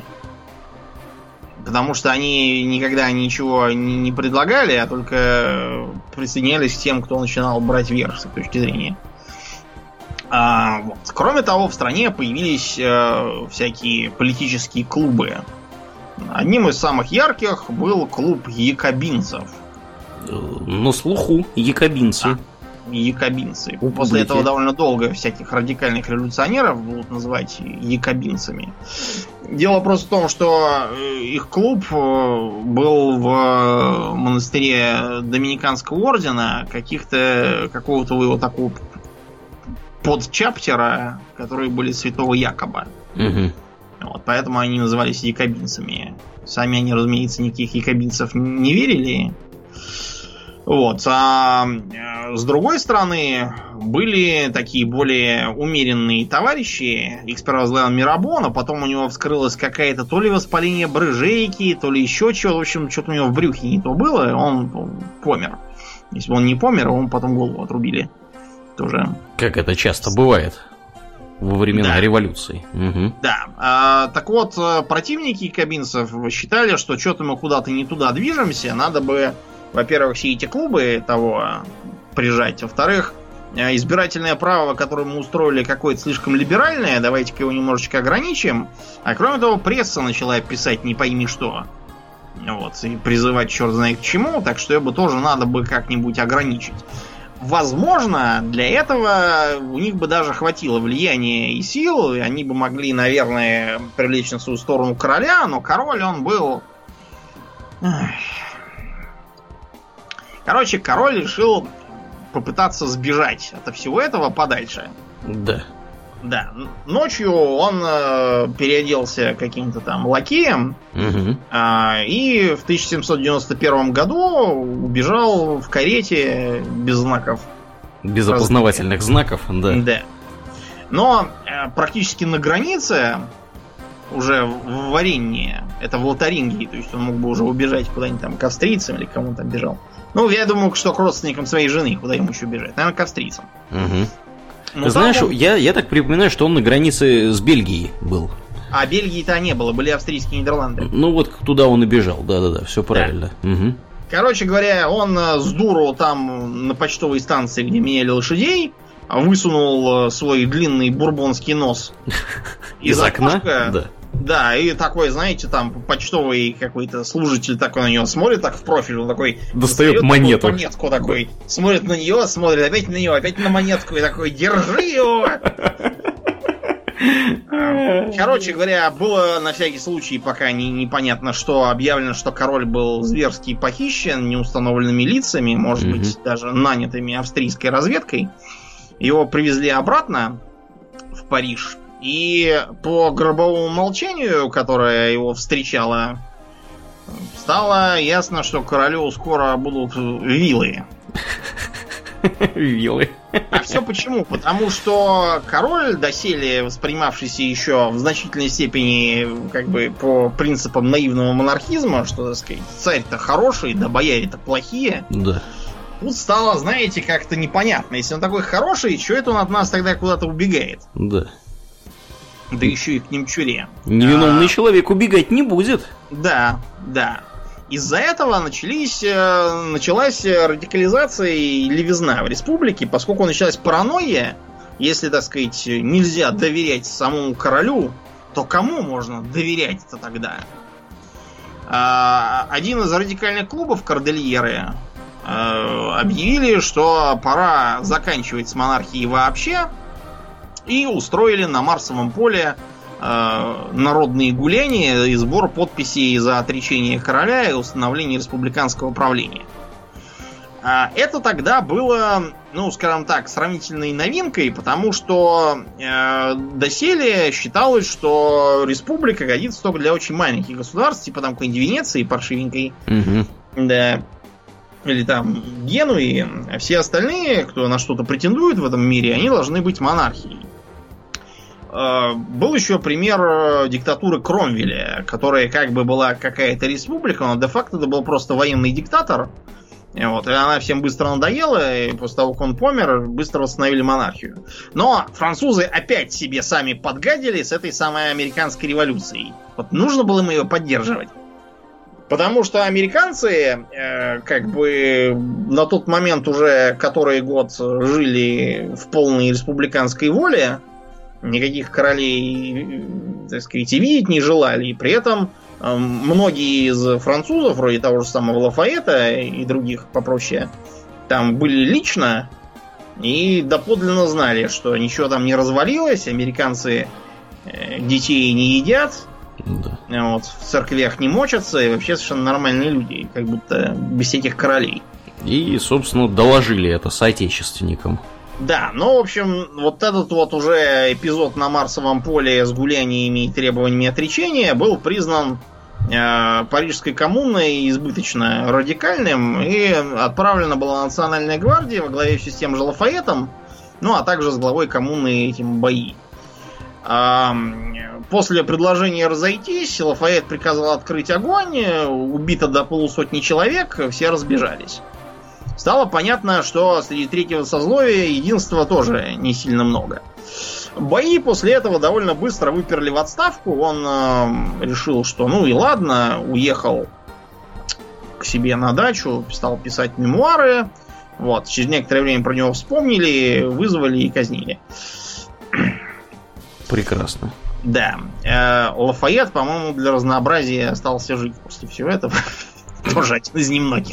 Потому что они никогда ничего не предлагали, а только присоединялись к тем, кто начинал брать верх с их точки зрения. А, вот. Кроме того, в стране появились э, всякие политические клубы. Одним из самых ярких был клуб якобинцев. На слуху якобинцы. Да. Якобинцы. У После публики. этого довольно долго всяких радикальных революционеров будут называть якобинцами. Дело просто в том, что их клуб был в монастыре Доминиканского ордена каких-то какого-то его такого подчаптера, которые были святого Якоба. Угу. Вот, поэтому они назывались якобинцами. Сами они, разумеется, никаких якобинцев не верили. Вот. А с другой стороны, были такие более умеренные товарищи. Их сперва звали Мирабон, а потом у него вскрылась какая-то то ли воспаление брыжейки, то ли еще чего. В общем, что-то у него в брюхе не то было, он помер. Если бы он не помер, он потом голову отрубили. Тоже. Как это часто бывает во времена да. революции. Угу. Да. А, так вот, противники якобинцев считали, что что-то мы куда-то не туда движемся, надо бы, во-первых, все эти клубы того прижать. Во-вторых, избирательное право, которое мы устроили, какое-то слишком либеральное, давайте-ка его немножечко ограничим. А кроме того, пресса начала писать не пойми что. Вот, и призывать черт знает к чему, так что его тоже надо бы как-нибудь ограничить. Возможно, для этого у них бы даже хватило влияния и сил, и они бы могли, наверное, привлечь на свою сторону короля, но король, он был... Короче, король решил попытаться сбежать от всего этого подальше. Да. Да. Ночью он э, переоделся каким-то там лакеем, угу. э, и в тысяча семьсот девяносто первом году убежал в карете без знаков. Без опознавательных знаков, да. Да. Но э, практически на границе, уже в Варенье, Это в Лотарингии, то есть он мог бы уже убежать куда-нибудь там к австрийцам или к кому там бежал. Ну, я думаю, что к родственникам своей жены, куда ему еще бежать. Наверное, к австрийцам. Угу. Ты знаешь, он... я, я так припоминаю, что он на границе с Бельгией был. А Бельгии-то не было, были австрийские Нидерланды. Ну вот туда он и бежал, да-да-да, все правильно. Да. Угу. Короче говоря, он с дуру там на почтовой станции, где меняли лошадей, высунул свой длинный бурбонский нос из окна. Да. Да, и такой, знаете, там почтовый какой-то служитель такой на него смотрит, так в профиль, он такой... Достает монету. Монетку такой, смотрит на нее, смотрит опять на нее, опять на монетку, и такой, держи его! Короче говоря, было на всякий случай, пока не, непонятно что, объявлено, что король был зверски похищен неустановленными лицами, может mm-hmm. быть, даже нанятыми австрийской разведкой. Его привезли обратно в Париж. И по гробовому молчанию, которое его встречало, стало ясно, что королю скоро будут вилы. Вилы. А все почему? Потому что король, доселе воспринимавшийся еще в значительной степени как бы по принципам наивного монархизма, что, так сказать, царь-то хороший, да бояре-то плохие. Да. Тут стало, знаете, как-то непонятно. Если он такой хороший, что это он от нас тогда куда-то убегает? Да. Да еще и к немчуре. Невиновный а, человек убегать не будет. Да, да. Из-за этого начались, началась радикализация и левизна в республике, поскольку началась паранойя. Если, так сказать, нельзя доверять самому королю, то кому можно доверять-то тогда? Один из радикальных клубов Кордильеры объявили, что пора заканчивать с монархией вообще, и устроили на Марсовом поле народные гуляния и сбор подписей за отречение короля и установление республиканского правления. Это тогда было, ну, скажем так, сравнительной новинкой, потому что э, доселе считалось, что республика годится только для очень маленьких государств, типа там какой-нибудь Венеции паршивенькой, mm-hmm. да, или там Генуи, а все остальные, кто на что-то претендует в этом мире, они должны быть монархией. Был еще пример диктатуры Кромвеля, которая как бы была какая-то республика, но де-факто это был просто военный диктатор. Вот, и она всем быстро надоела, и после того, как он помер, быстро восстановили монархию. Но французы опять себе сами подгадили с этой самой американской революцией. Вот нужно было им ее поддерживать. Потому что американцы, э, как бы на тот момент уже который год жили в полной республиканской воле, никаких королей, так сказать, и видеть не желали. И при этом э, многие из французов, вроде того же самого Лафайета и других попроще, там были лично и доподлинно знали, что ничего там не развалилось, американцы э, детей не едят, да. Вот, в церквях не мочатся, и вообще совершенно нормальные люди, как будто без всяких королей. И, собственно, доложили это соотечественникам. Да, ну, в общем, вот этот вот уже эпизод на Марсовом поле с гуляниями и требованиями отречения был признан э, Парижской коммуной избыточно радикальным, и отправлена была Национальная гвардия во главе все с тем же Лафаэтом, ну, а также с главой коммуны этим бои. Э, после предложения разойтись, Лафайет приказал открыть огонь, убито до полусотни человек, все разбежались. Стало понятно, что среди третьего сословия единства тоже не сильно много. Бои после этого довольно быстро выперли в отставку. Он э, решил, что ну и ладно, уехал к себе на дачу, стал писать мемуары. Вот, через некоторое время про него вспомнили, вызвали и казнили. Прекрасно. Да. Э, Лафайет, по-моему, для разнообразия остался жить после всего этого. Тоже один из немногих.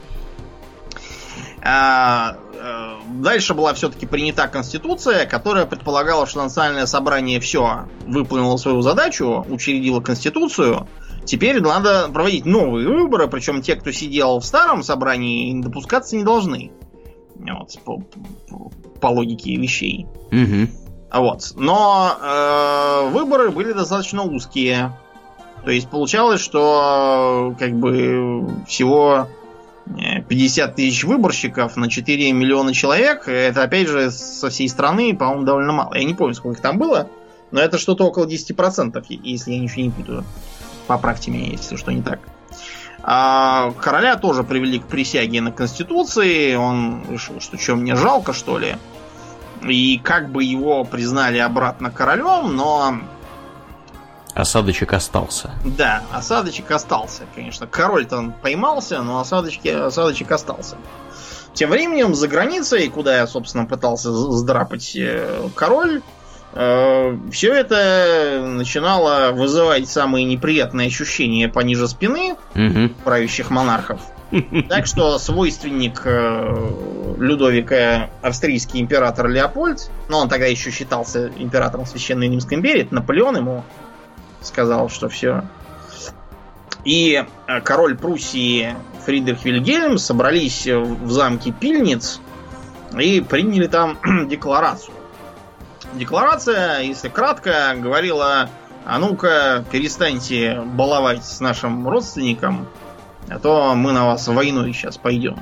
Дальше была все-таки принята конституция, которая предполагала, что национальное собрание все выполнило свою задачу, учредило конституцию. Теперь надо проводить новые выборы, причем те, кто сидел в старом собрании, допускаться не должны. Вот, по, по, по логике вещей. Угу. Вот. Но э, выборы были достаточно узкие. То есть получалось, что как бы всего пятьдесят тысяч выборщиков на четыре миллиона человек. Это, опять же, со всей страны, по-моему, довольно мало. Я не помню, сколько их там было, но это что-то около десять процентов, если я ничего не путаю. Поправьте меня, если что не так. А короля тоже привели к присяге на Конституции. Он решил, что что, мне жалко, что ли? И как бы его признали обратно королем, но... Осадочек остался. Да, осадочек остался, конечно. Король-то он поймался, но осадочки, осадочек остался. Тем временем за границей, куда я, собственно, пытался сдрапать король, э, все это начинало вызывать самые неприятные ощущения пониже спины угу. правящих монархов. Так что свойственник э, Людовика, австрийский император Леопольд, но он тогда еще считался императором Священной Римской империи, это Наполеон ему сказал, что все. И король Пруссии Фридрих Вильгельм собрались в замке Пильниц и приняли там декларацию. Декларация, если кратко, говорила: а ну-ка, перестаньте баловать с нашим родственником, а то мы на вас войной сейчас пойдем.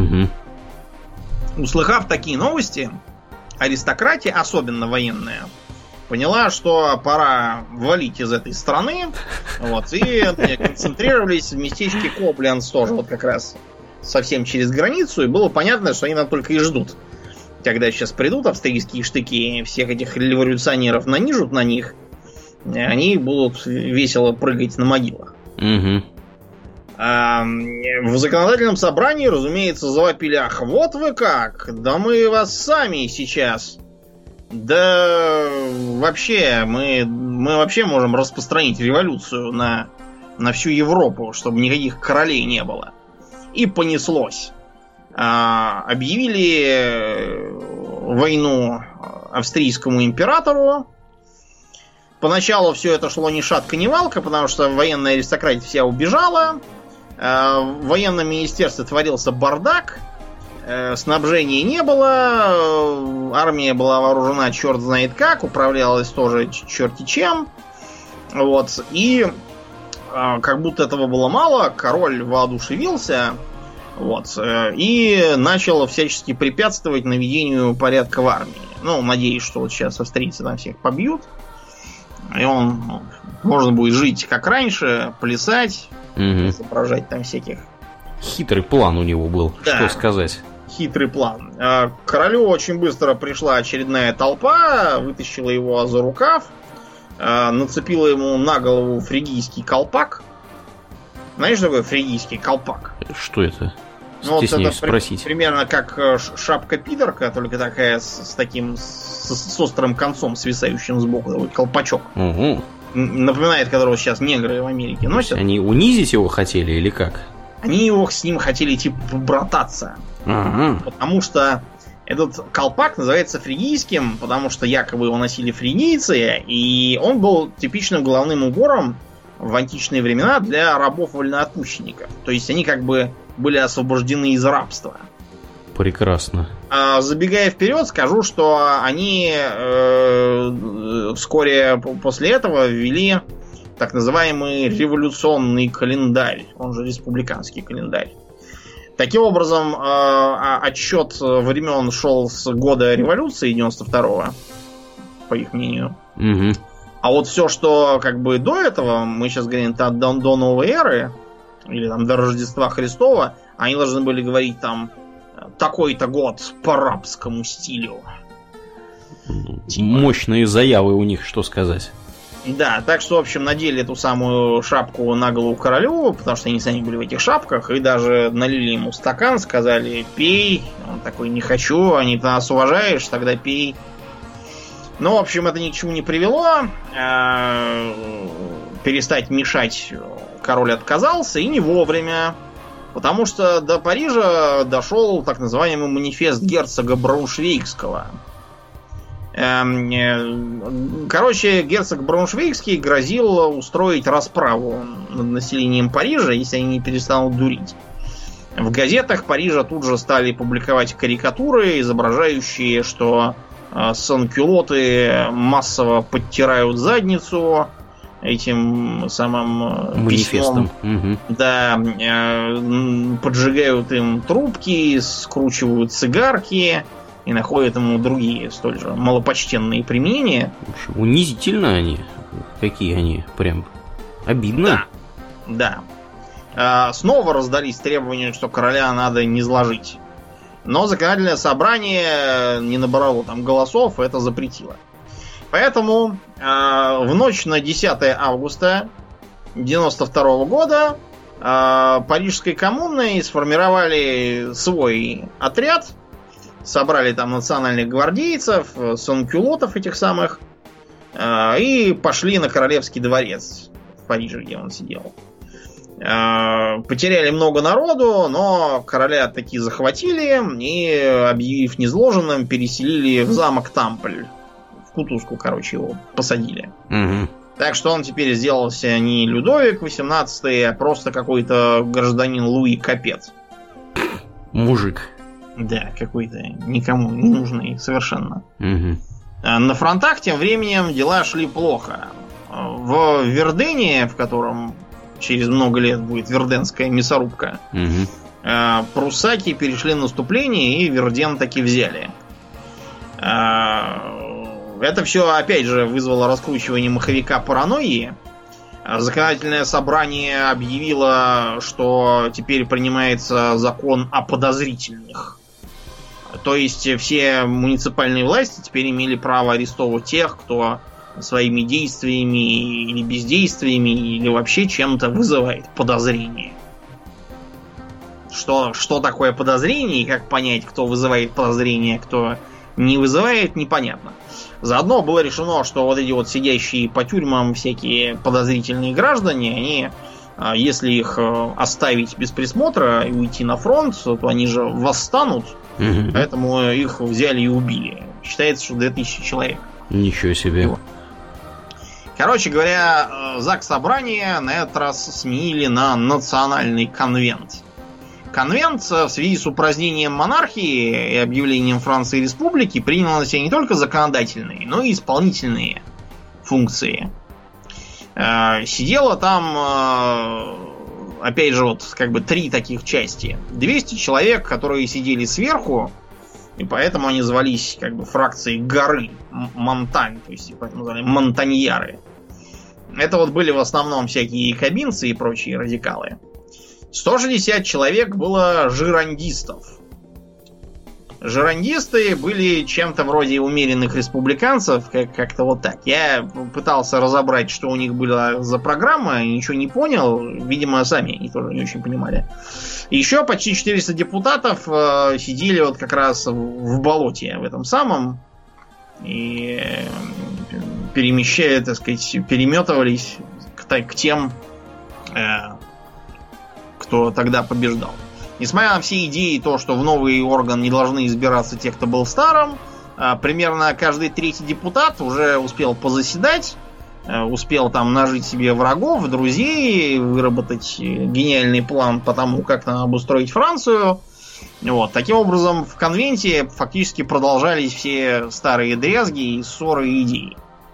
Угу. Услыхав такие новости, аристократия, особенно военная, поняла, что пора валить из этой страны, вот, и концентрировались в местечке Кобленц тоже, вот как раз совсем через границу, и было понятно, что они нам только и ждут, когда сейчас придут австрийские штыки, всех этих революционеров нанижут на них, они будут весело прыгать на могилах. Угу. А в законодательном собрании, разумеется, завопили: ах, вот вы как, да мы вас сами сейчас... Да вообще, мы, мы вообще можем распространить революцию на, на всю Европу, чтобы никаких королей не было. И понеслось. А, объявили войну австрийскому императору. Поначалу все это шло ни шатка, ни валка, потому что военная аристократия вся убежала. А, в военном министерстве творился бардак. Снабжения не было, армия была вооружена черт знает как, управлялась тоже черти чем. Вот. И как будто этого было мало, король воодушевился, вот, и начал всячески препятствовать наведению порядка в армии. Ну, надеюсь, что вот сейчас австрийцы там всех побьют, и он, ну, можно будет жить как раньше, плясать, угу. изображать там всяких. Хитрый план у него был, да. Что сказать. Хитрый план. К королю очень быстро пришла очередная толпа, вытащила его за рукав, нацепила ему на голову фригийский колпак. Знаешь, что такое фригийский колпак? Что это? Ну, вот это спросить. При, примерно как шапка-пидорка, только такая с, с таким с, с острым концом, свисающим сбоку, такой колпачок. Угу. Напоминает, которого сейчас негры в Америке носят. Они унизить его хотели или как? Они его с ним хотели типа брататься. Ага. Потому что этот колпак называется фригийским, потому что якобы его носили фригийцы, и он был типичным головным убором в античные времена для рабов-вольноотпущенников. То есть они как бы были освобождены из рабства. Прекрасно. А, забегая вперед, скажу, что они э, вскоре после этого ввели так называемый революционный календарь, он же республиканский календарь. Таким образом, э, отсчет времен шел с года революции девяносто второго, по их мнению. Угу. А вот все, что как бы до этого, мы сейчас говорим до, до, до новой эры, или там до Рождества Христова, они должны были говорить там такой-то год по рабскому стилю. Типа. Мощные заявы у них, что сказать. Да, так что, в общем, надели эту самую шапку на голову королю, потому что они сами были в этих шапках, и даже налили ему стакан, сказали: пей. Он такой: не хочу, а не ты нас уважаешь, тогда пей. Ну, в общем, это ни к чему не привело. Перестать мешать король отказался, и не вовремя. Потому что до Парижа дошел так называемый манифест герцога Брауншвейгского. Короче, герцог Брауншвейгский грозил устроить расправу над населением Парижа, если они не перестанут дурить. В газетах Парижа тут же стали публиковать карикатуры, изображающие, что санкюлоты массово подтирают задницу этим самым манифестом. Письмом. Угу. Да, поджигают им трубки, скручивают цигарки и находят ему другие столь же малопочтенные применения. Унизительно они. Какие они. Прям обидно. Да. Да. Э, снова раздались требования, что короля надо низложить. Но законодательное собрание не набрало там голосов, и это запретило. Поэтому э, в ночь на десятое августа девяносто второго года э, парижской коммуной сформировали свой отряд, собрали там национальных гвардейцев, санкюлотов этих самых, э, и пошли на Королевский дворец в Париже, где он сидел. Э, потеряли много народу, но короля таки захватили и, объявив низложенным, переселили в замок Тампль. В кутузку, короче, его посадили. Угу. Так что он теперь сделался не Людовик восемнадцатый, а просто какой-то гражданин Луи Капет. Мужик. Да, какой-то никому не нужный совершенно. Угу. На фронтах тем временем дела шли плохо. В Вердене, в котором через много лет будет Верденская мясорубка, угу. пруссаки перешли наступление, и Верден таки взяли. Это все, опять же, вызвало раскручивание маховика паранойи. Законодательное собрание объявило, что теперь принимается закон о подозрительных. То есть все муниципальные власти теперь имели право арестовывать тех, кто своими действиями или бездействиями, или вообще чем-то вызывает подозрение. Что, что такое подозрение и как понять, кто вызывает подозрение, кто не вызывает, непонятно. Заодно было решено, что вот эти вот сидящие по тюрьмам всякие подозрительные граждане, они, если их оставить без присмотра и уйти на фронт, то они же восстанут. Угу. Поэтому их взяли и убили. Считается, что две тысячи человек. Ничего себе. Вот. Короче говоря, Заксобрание на этот раз сменили на Национальный конвент. Конвент в связи с упразднением монархии и объявлением Франции республики принял на себя не только законодательные, но и исполнительные функции. Сидело там, опять же, вот как бы три таких части. двести человек, которые сидели сверху, и поэтому они звались как бы фракцией горы, Монтань, то есть поэтому называли монтаньяры. Это вот были в основном всякие якобинцы и прочие радикалы. сто шестьдесят человек было жирандистов. Жирандисты были чем-то вроде умеренных республиканцев, как- как-то вот так. Я пытался разобрать, что у них была за программа, ничего не понял. Видимо, сами они тоже не очень понимали. Еще почти четыреста депутатов э, сидели вот как раз в, в болоте, в этом самом, и э, перемещая, так сказать, переметывались к, к тем... Э, кто тогда побеждал. Несмотря на все идеи, то, что в новый орган не должны избираться те, кто был в старом, примерно каждый третий депутат уже успел позаседать, успел там нажить себе врагов, друзей, выработать гениальный план по тому, как надо обустроить Францию. Вот. Таким образом, в конвенте фактически продолжались все старые дрязги и ссоры и идеи.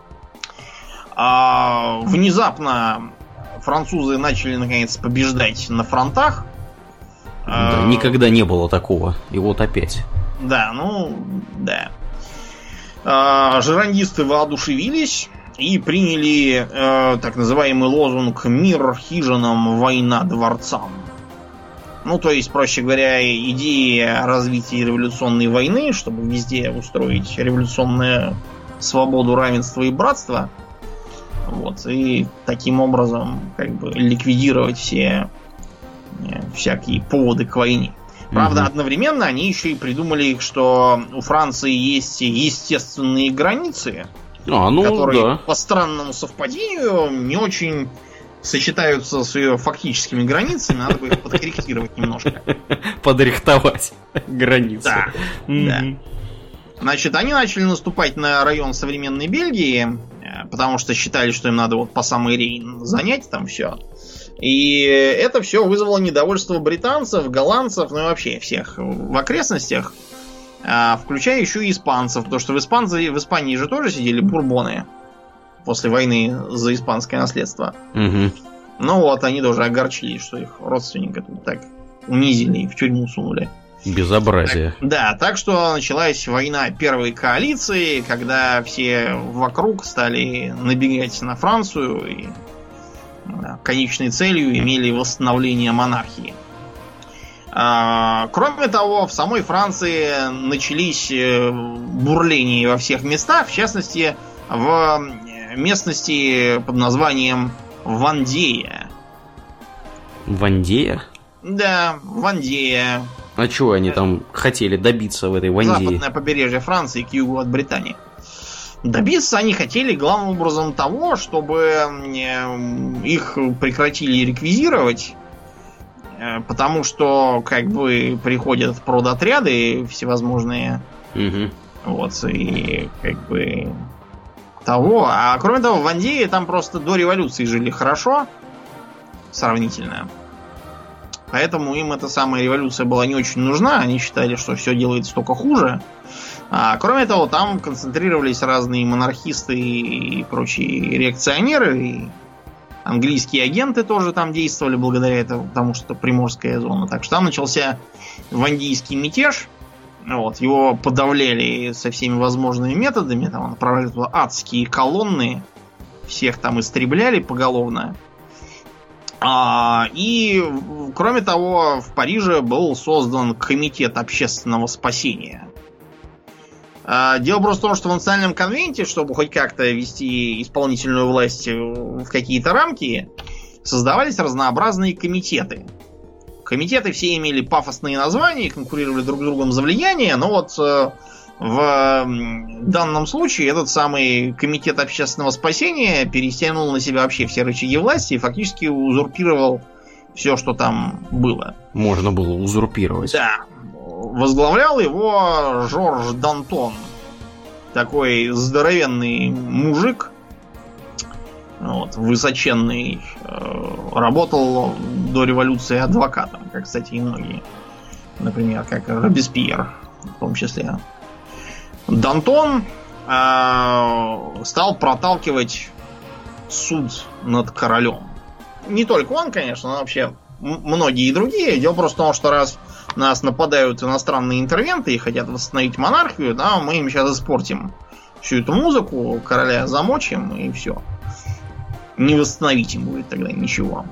А внезапно французы начали, наконец, побеждать на фронтах. Да, а, никогда не было такого. И вот опять. Да, ну, да. А, жирандисты воодушевились и приняли а, так называемый лозунг «Мир хижинам, война дворцам». Ну, то есть, проще говоря, идеи развития революционной войны, чтобы везде устроить революционную свободу, равенство и братство. Вот, и таким образом как бы ликвидировать все всякие поводы к войне. Правда, угу. одновременно они еще и придумали, что у Франции есть естественные границы, а, ну, которые да. по странному совпадению не очень сочетаются с ее фактическими границами. Надо бы их подкорректировать немножко. Подрихтовать границы. Да, да. Значит, они начали наступать на район современной Бельгии, потому что считали, что им надо вот по самый Рейн занять там все. И это все вызвало недовольство британцев, голландцев, ну и вообще всех в окрестностях, включая еще и испанцев, потому что в, Испанции, в Испании же тоже сидели бурбоны после войны за испанское наследство. Угу. Ну вот, они тоже огорчились, что их родственника тут так унизили и в тюрьму сунули. Безобразие. Так, да, так что началась война первой коалиции, когда все вокруг стали набегать на Францию и конечной целью имели восстановление монархии. Кроме того, в самой Франции начались бурления во всех местах, в частности, в местности под названием Вандея. Вандея? Да, Вандея. А чего они там хотели добиться в этой Вандее? Западное побережье Франции к югу от Британии. Добиться они хотели главным образом того, чтобы их прекратили реквизировать, потому что как бы приходят продотряды всевозможные, угу. Вот, и как бы того. А кроме того, в Вандее там просто до революции жили хорошо, сравнительно. Поэтому им эта самая революция была не очень нужна. Они считали, что все делается только хуже. А кроме того, там концентрировались разные монархисты и прочие реакционеры. И английские агенты тоже там действовали благодаря этому, потому что это приморская зона. Так что там начался вандийский мятеж. Вот, его подавляли со всеми возможными методами. Там направляли туда адские колонны. Всех там истребляли поголовно. А, и, кроме того, в Париже был создан комитет общественного спасения. А, дело просто в том, что в национальном конвенте, чтобы хоть как-то вести исполнительную власть в какие-то рамки, создавались разнообразные комитеты. Комитеты все имели пафосные названия, конкурировали друг с другом за влияние, но вот в данном случае этот самый комитет общественного спасения перетянул на себя вообще все рычаги власти и фактически узурпировал все, что там было. Можно было узурпировать. Да. Возглавлял его Жорж Дантон. Такой здоровенный мужик. Вот, высоченный. Работал до революции адвокатом, как, кстати, и многие. Например, как Робеспьер в том числе. Дантон э, стал проталкивать суд над королем. Не только он, конечно, но вообще м- многие другие. Дело просто в том, что раз нас нападают иностранные интервенты и хотят восстановить монархию, да, мы им сейчас испортим всю эту музыку, короля замочим и все. Не восстановить им будет тогда ничего.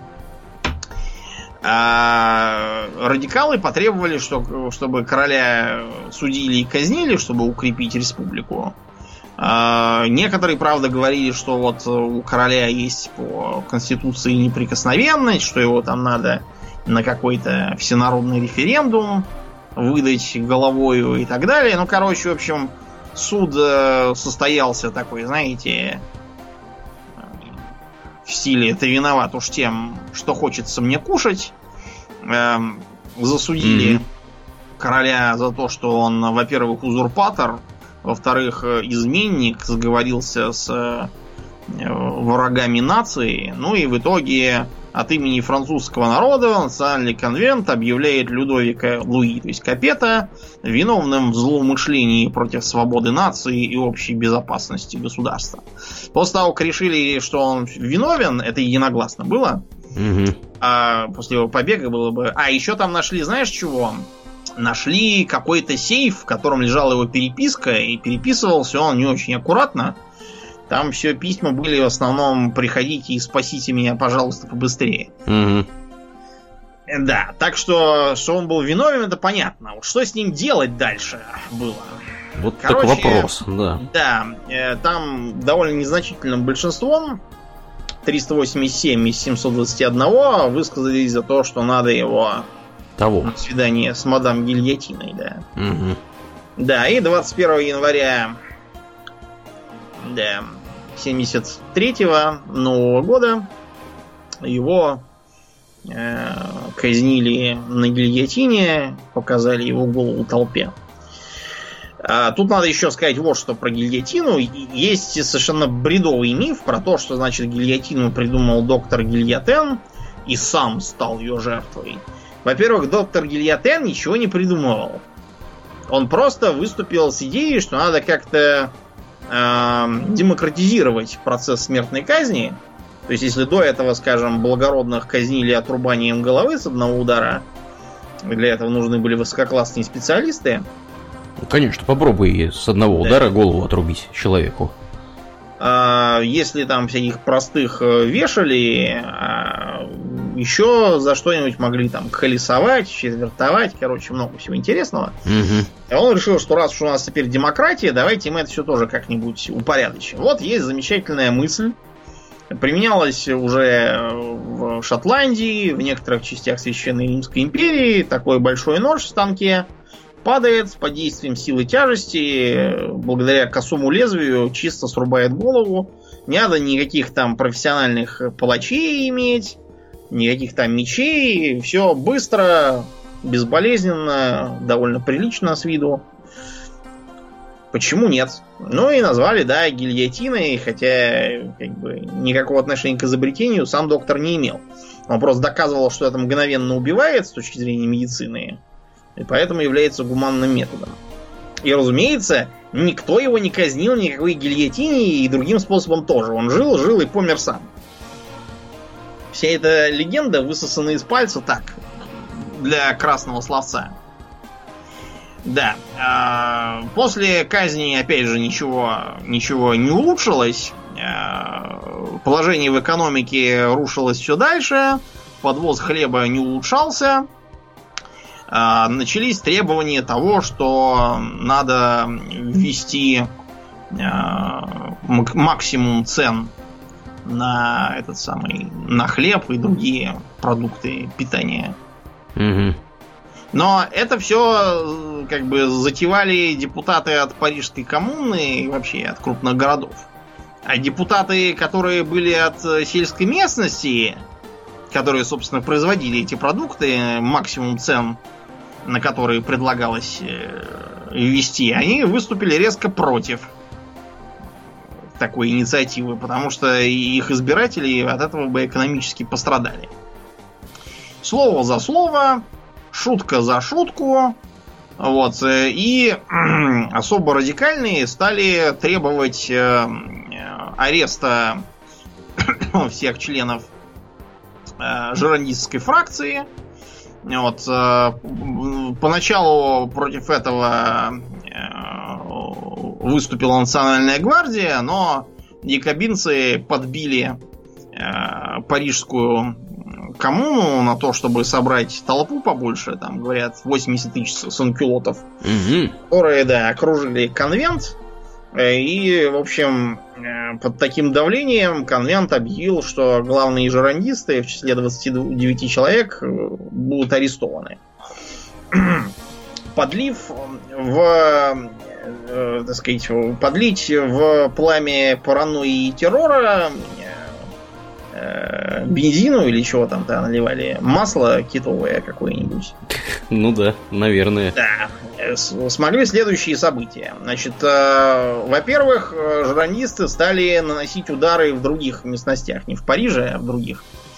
А радикалы потребовали, что, чтобы короля судили и казнили, чтобы укрепить республику. А некоторые, правда, говорили, что вот у короля есть по конституции неприкосновенность, что его там надо на какой-то всенародный референдум выдать головою и так далее. Ну, короче, в общем, суд состоялся такой, знаете, в стиле «ты виноват уж тем, что хочется мне кушать». Эм, засудили mm-hmm. короля за то, что он, во-первых, узурпатор, во-вторых, изменник, сговорился с э, врагами нации. Ну и в итоге от имени французского народа Национальный конвент объявляет Людовика Луи, то есть Капета, виновным в злоумышлении против свободы нации и общей безопасности государства. После того, как решили, что он виновен, это единогласно было. Угу. А после его побега было бы... А еще там нашли, знаешь чего? Нашли какой-то сейф, в котором лежала его переписка, и переписывался он не очень аккуратно. Там все письма были в основном «приходите и спасите меня, пожалуйста, побыстрее». Угу. Да, так что, что он был виновен, это понятно. Вот что с ним делать дальше было? Вот такой вопрос, да. Да, э, там довольно незначительным большинством, триста восемьдесят семь из семисот двадцати одного, высказались за то, что надо его того. на свидание с мадам Гильотиной, да. Угу. Да, и двадцать первого января да, семьдесят третьего нового года его э, казнили на гильотине, показали его голову толпе. А, тут надо еще сказать вот что про гильотину. Есть совершенно бредовый миф про то, что, значит, гильотину придумал доктор Гильотен и сам стал ее жертвой. Во-первых, доктор Гильотен ничего не придумывал. Он просто выступил с идеей, что надо как-то э, демократизировать процесс смертной казни. То есть, если до этого, скажем, благородных казнили отрубанием головы с одного удара, для этого нужны были высококлассные специалисты. Ну, конечно, попробуй с одного да. удара голову отрубить человеку. Если там всяких простых вешали, еще за что-нибудь могли там колесовать, четвертовать, короче, много всего интересного. Угу. И он решил, что раз уж у нас теперь демократия, давайте мы это все тоже как-нибудь упорядочим. Вот есть замечательная мысль. Применялась уже в Шотландии, в некоторых частях Священной Римской империи. Такой большой нож в станке падает под действием силы тяжести, благодаря косому лезвию чисто срубает голову. Не надо никаких там профессиональных палачей иметь, никаких там мечей. Все быстро, безболезненно, довольно прилично с виду. Почему нет? Ну и назвали, да, гильотиной, хотя как бы никакого отношения к изобретению сам доктор не имел. Он просто доказывал, что это мгновенно убивает с точки зрения медицины, и поэтому является гуманным методом. И, разумеется, никто его не казнил никакой гильотине и другим способом тоже. Он жил, жил и помер сам. Вся эта легенда высосана из пальца так, для красного словца. Да. После казни, опять же, ничего, ничего не улучшилось. Положение в экономике рушилось все дальше. Подвоз хлеба не улучшался. Начались требования того, что надо ввести максимум цен на этот самый, на хлеб и другие продукты питания. Угу. Но это все как бы затевали депутаты от Парижской коммуны и вообще от крупных городов. А депутаты, которые были от сельской местности, которые, собственно, производили эти продукты, максимум цен, на которые предлагалось ввести, они выступили резко против такой инициативы, потому что их избиратели от этого бы экономически пострадали. Слово за слово, шутка за шутку. Вот. И особо радикальные стали требовать ареста всех членов жирондистской фракции. Вот. Поначалу против этого выступила Национальная гвардия, но якобинцы подбили парижскую коммуну на то, чтобы собрать толпу побольше, там, говорят, восемьдесят тысяч санкюлотов, угу. которые, да, окружили конвент. И, в общем, под таким давлением конвент объявил, что главные жирондисты в числе двадцати девяти человек будут арестованы. Подлив в, так сказать, подлить в пламя паранойи и террора бензину или чего там-то наливали, масло китовое какое-нибудь. Ну да, наверное. Да, смогли следующие события. Значит, э, во-первых, жирондисты стали наносить удары в других местностях, не в Париже, а в других.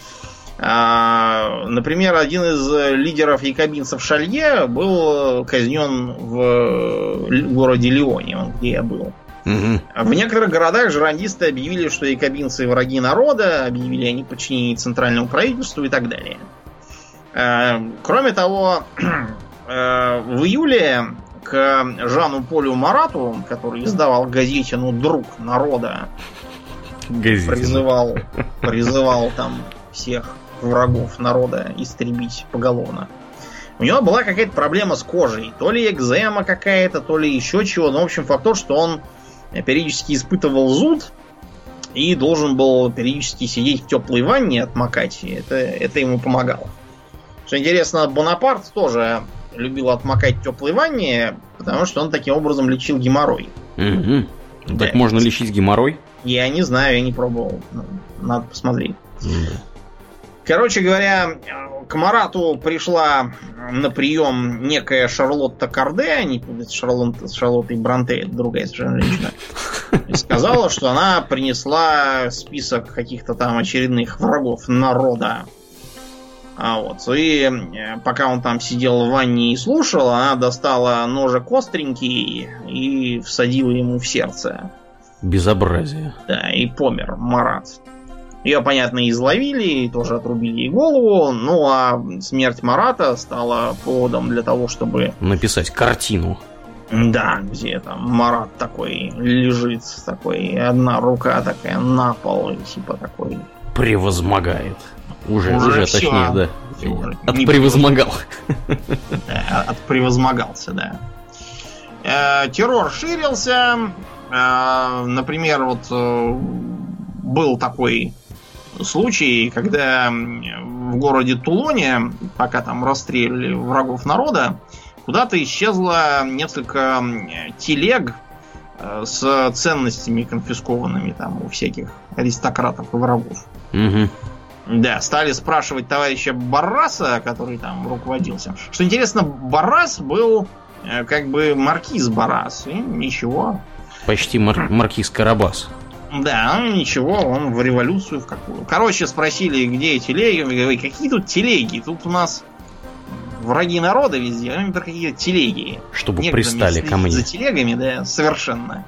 А, например, один из лидеров якобинцев Шалье был казнен в городе Лионе, где я был. Угу. В некоторых городах жирондисты объявили, что якобинцы враги народа, объявили о неподчинении центральному правительству и так далее. Кроме того, в июле к Жану Полю Марату, который издавал газетину «Друг народа», Газетина. призывал, призывал там всех врагов народа истребить поголовно. У него была какая-то проблема с кожей. То ли экзема какая-то, то ли еще чего. Но, в общем, факт тот, что он периодически испытывал зуд и должен был периодически сидеть в теплой ванне, отмокать. И это, это ему помогало. Что интересно, Бонапарт тоже любил отмокать в теплой ванне, потому что он таким образом лечил геморрой. Угу. Да. Так можно лечить геморрой? Я не знаю, я не пробовал. Надо посмотреть. Mm. Короче говоря, к Марату пришла на прием некая Шарлотта Карде, не путать с Шарлоттой Бронте, это другая совершенно женщина, и сказала, что она принесла список каких-то там очередных врагов народа. А вот. И пока он там сидел в ванне и слушал, она достала ножик остренький и всадила ему в сердце. Безобразие. Да, и помер Марат. Ее, понятно, изловили и тоже отрубили ей голову. Ну, а смерть Марата стала поводом для того, чтобы... написать картину. Да, где там Марат такой лежит, такой, одна рука такая на пол, и типа такой... Превозмогает. Уже, уже, уже все, точнее, да. Все уже. Отпревозмогал. Да, отпревозмогался, да. Э, террор ширился. Э, например, вот э, был такой случай, когда в городе Тулоне, пока там расстреливали врагов народа, куда-то исчезло несколько телег с ценностями конфискованными там у всяких аристократов и врагов. Угу. Да, стали спрашивать товарища Барраса, который там руководился. Что интересно, Баррас был как бы маркиз Баррас. И ничего. Почти мар- маркиз Карабас. Да, ну ничего, он в революцию в какую. Короче, спросили, где телеги. Он говорит, какие тут телеги? Тут у нас враги народа везде, а только какие-то телеги. Чтобы некогда пристали ко мне. За телегами, да, совершенно.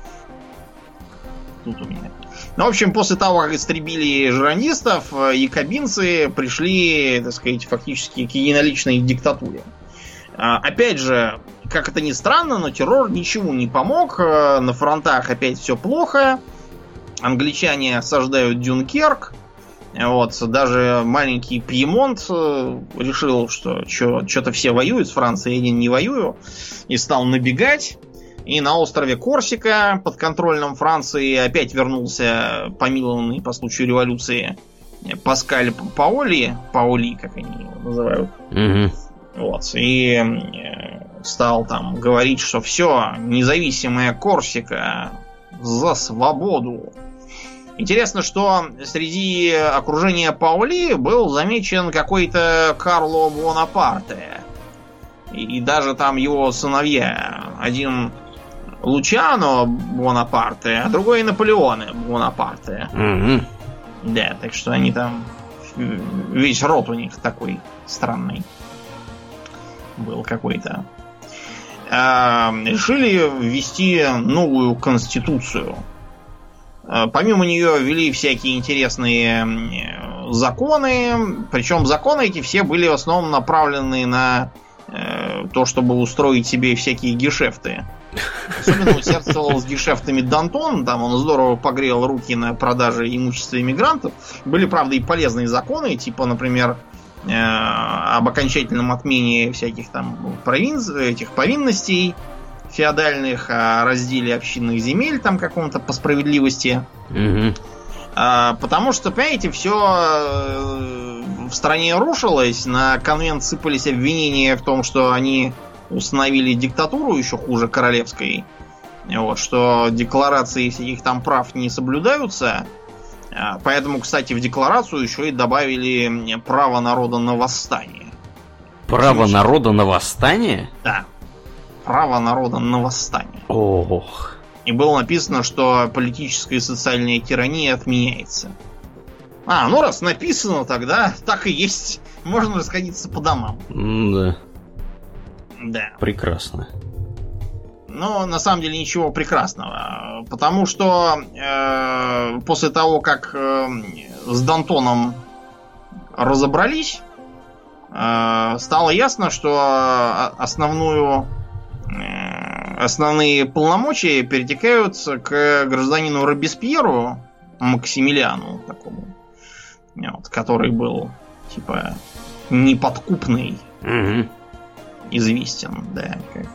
Тут у меня. Ну, в общем, после того, как истребили жирондистов, якобинцы пришли, так сказать, фактически к единоличной диктатуре. Опять же, как это ни странно, но террор ничего не помог. На фронтах опять все плохо. Англичане осаждают Дюнкерк. Вот, даже маленький Пьемонт решил, что что-то все воюют с Францией, я один не воюю. И стал набегать. И на острове Корсика, подконтрольном Франции, опять вернулся помилованный по случаю революции Паскаль Паоли. Паоли, как они его называют. Угу. Вот, и стал там говорить, что все, независимая Корсика за свободу. Интересно, что среди окружения Паули был замечен какой-то Карло Бонапарте. И, и даже там его сыновья. Один Лучано Бонапарте, а другой Наполеоне Бонапарте. Mm-hmm. Да, так что они там... Весь род у них такой странный был какой-то. А, решили ввести новую конституцию. Помимо нее ввели всякие интересные законы. Причем законы эти все были в основном направлены на э, то, чтобы устроить себе всякие гешефты. Особенно усердствовал с гешефтами Д'Антон. Там он здорово погрел руки на продаже имущества иммигрантов. Были, правда, и полезные законы. Типа, например, э, об окончательном отмене всяких там провинций, этих повинностей феодальных, о разделе общинных земель там каком-то по справедливости. Угу. А, потому что, понимаете, все в стране рушилось. На конвент сыпались обвинения в том, что они установили диктатуру еще хуже королевской. Вот, что декларации всяких там прав не соблюдаются. А, поэтому, кстати, в декларацию еще и добавили право народа на восстание. Право Почему? народа на восстание? Да. Право народа на восстание. Ох. И было написано, что политическая и социальная тирания отменяется. А, ну раз написано, тогда так и есть. Можно расходиться по домам. Да. Да. Прекрасно. Но на самом деле ничего прекрасного. Потому что э, после того, как э, с Д'Антоном разобрались, э, стало ясно, что основную... основные полномочия перетекают к гражданину Робеспьеру, Максимилиану такому, вот, который был типа неподкупный, Угу. известен, да. Как.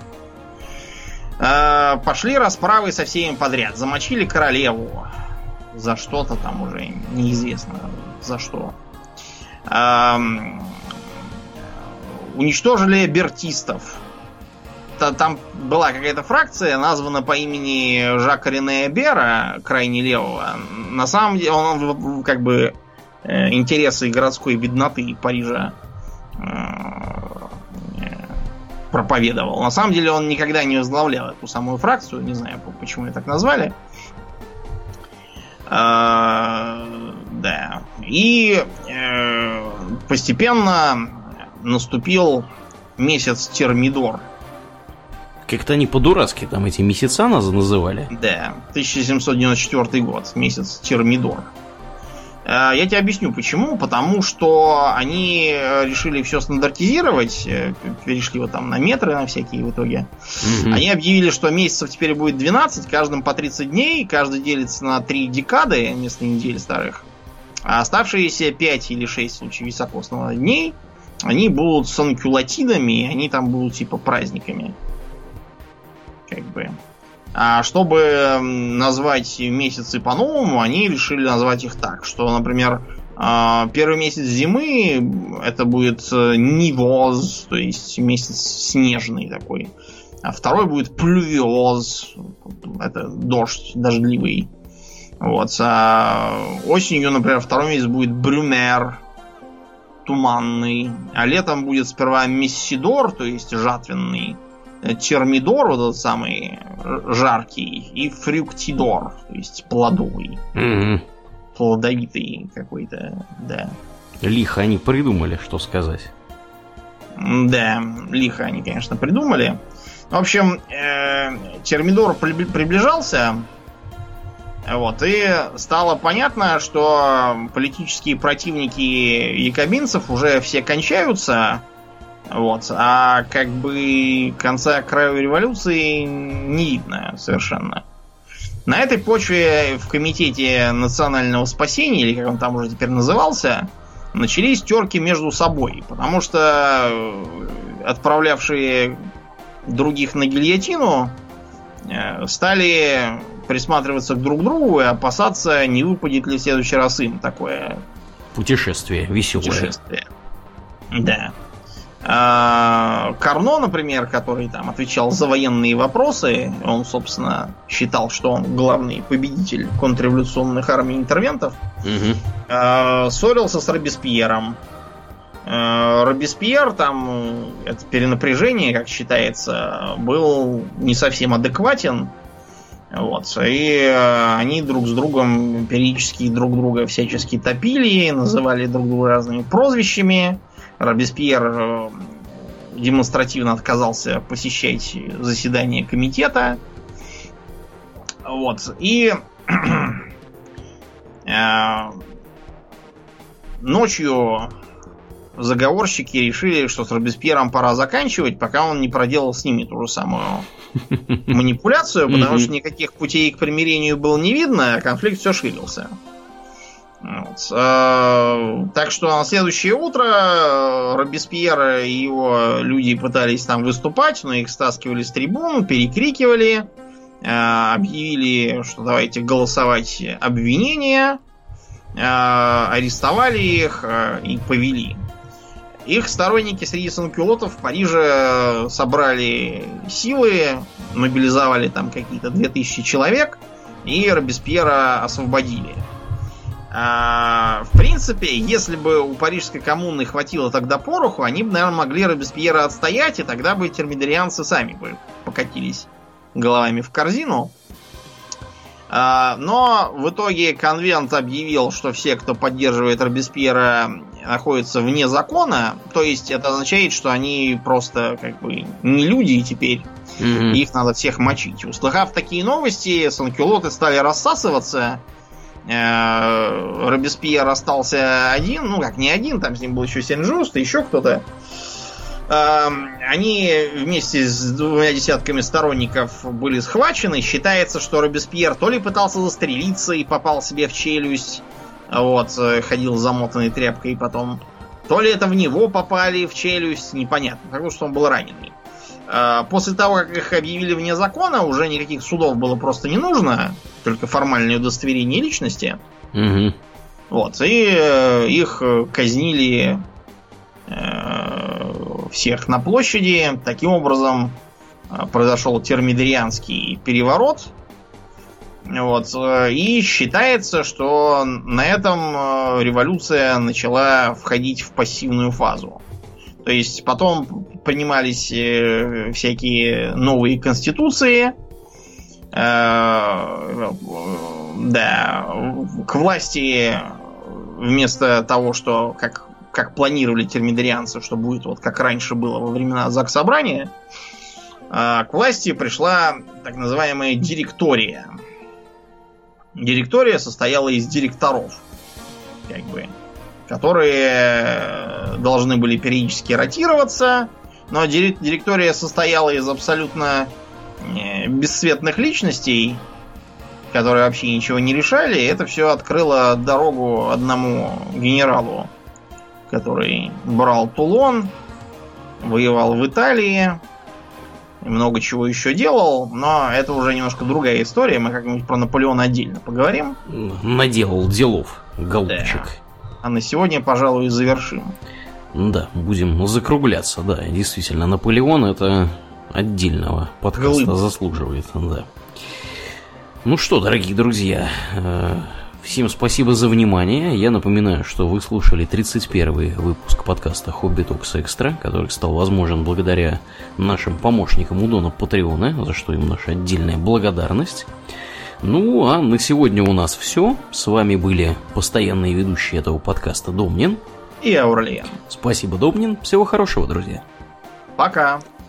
А, пошли расправы со всеми подряд, замочили королеву за что-то там уже неизвестно за что. А, уничтожили бертистов. Там была какая-то фракция, названа по имени Жака Рене Бера, крайне левого. На самом деле он как бы интересы городской бедноты Парижа проповедовал. На самом деле он никогда не возглавлял эту самую фракцию. Не знаю, почему ее так назвали. А, да. И э, постепенно наступил месяц Термидор. Как-то они по-дурацки там эти месяца называли. Да, тысяча семьсот девяносто четвёртый год, месяц Термидор. Я тебе объясню почему. Потому что они решили все стандартизировать, перешли вот там на метры на всякие в итоге. Mm-hmm. Они объявили, что месяцев теперь будет двенадцать, каждым по тридцать дней, каждый делится на три декады вместо недель старых. А оставшиеся пять или шесть в случае високосного дней, они будут санкюлатидами, они там будут типа праздниками. Как бы. А чтобы назвать месяцы по-новому, они решили назвать их так, что, например, первый месяц зимы это будет нивоз, то есть месяц снежный такой, а второй будет плювиоз, это дождь дождливый. Вот. А осенью, например, второй месяц будет брюмер, туманный, а летом будет сперва мессидор, то есть жатвенный, термидор, вот этот самый жаркий, и фрюктидор, то есть плодовый. Mm-hmm. Плодовитый какой-то, да. Лихо они придумали, что сказать. Да, лихо они, конечно, придумали. В общем, э, термидор приближался, вот, и стало понятно, что политические противники якобинцев уже все кончаются. Вот. А как бы конца краевой революции не видно совершенно. На этой почве в Комитете национального спасения, или как он там уже теперь назывался, начались терки между собой. Потому что отправлявшие других на гильотину стали присматриваться друг к другу и опасаться, не выпадет ли в следующий раз им такое путешествие веселое. Путешествие. Да. Карно, например, который там отвечал за военные вопросы, он, собственно, считал, что он главный победитель контрреволюционных армий интервентов, угу. ссорился с Робеспьером. Робеспьер, там, это перенапряжение, как считается, был не совсем адекватен. Вот. И они друг с другом периодически друг друга всячески топили, называли друг друга разными прозвищами. Робеспьер демонстративно отказался посещать заседание комитета. Вот. И э, ночью заговорщики решили, что с Робеспьером пора заканчивать, пока он не проделал с ними ту же самую манипуляцию, потому что никаких путей к примирению было не видно, а конфликт все ширился. Вот. Так что на следующее утро Робеспьер и его люди пытались там выступать, но их стаскивали с трибун, перекрикивали, объявили, что давайте голосовать обвинения, арестовали их и повели. Их сторонники среди санкюлотов в Париже собрали силы, мобилизовали там какие-то две тысячи человек и Робеспьера освободили. А, в принципе, если бы у парижской коммуны хватило тогда пороху, они бы, наверное, могли Робеспьера отстоять, и тогда бы термидорианцы сами бы покатились головами в корзину. А, но в итоге конвент объявил, что все, кто поддерживает Робеспьера, находятся вне закона. То есть это означает, что они просто как бы не люди теперь. Mm-hmm. Их надо всех мочить. Услыхав такие новости, санкюлоты стали рассасываться. Робеспьер остался один, ну как не один, там с ним был еще Сен-Жуст и еще кто-то. Они вместе с двумя десятками сторонников были схвачены. Считается, что Робеспьер то ли пытался застрелиться и попал себе в челюсть, вот, ходил замотанной тряпкой потом, то ли это в него попали в челюсть, непонятно, потому что он был раненый. После того, как их объявили вне закона, уже никаких судов было просто не нужно, только формальное удостоверение личности. Угу. Вот, и э, их казнили э, всех на площади. Таким образом э, произошел термидорианский переворот. Вот, э, и считается, что на этом э, революция начала входить в пассивную фазу. То есть потом принимались э, всякие новые конституции. Э, да, к власти вместо того, что как, как планировали термидорианцы, что будет вот как раньше было во времена Заксобрания, э, к власти пришла так называемая директория. Директория состояла из директоров. как бы, которые должны были периодически ротироваться, но директория состояла из абсолютно бесцветных личностей, которые вообще ничего не решали, и это все открыло дорогу одному генералу, который брал Тулон, воевал в Италии, и много чего еще делал, но это уже немножко другая история, мы как-нибудь про Наполеона отдельно поговорим. Наделал делов, голубчик. Да. А на сегодня, пожалуй, завершим. Да, будем закругляться, да, действительно, Наполеон это отдельного подкаста Глыб. заслуживает, да. Ну что, дорогие друзья, всем спасибо за внимание. Я напоминаю, что вы слушали тридцать первый выпуск подкаста Hobby Talks Extra, который стал возможен благодаря нашим помощникам у Дона Патреона, за что им наша отдельная благодарность. Ну, а на сегодня у нас все. С вами были постоянные ведущие этого подкаста Домнин и Аурлиен. Спасибо, Домнин. Всего хорошего, друзья. Пока.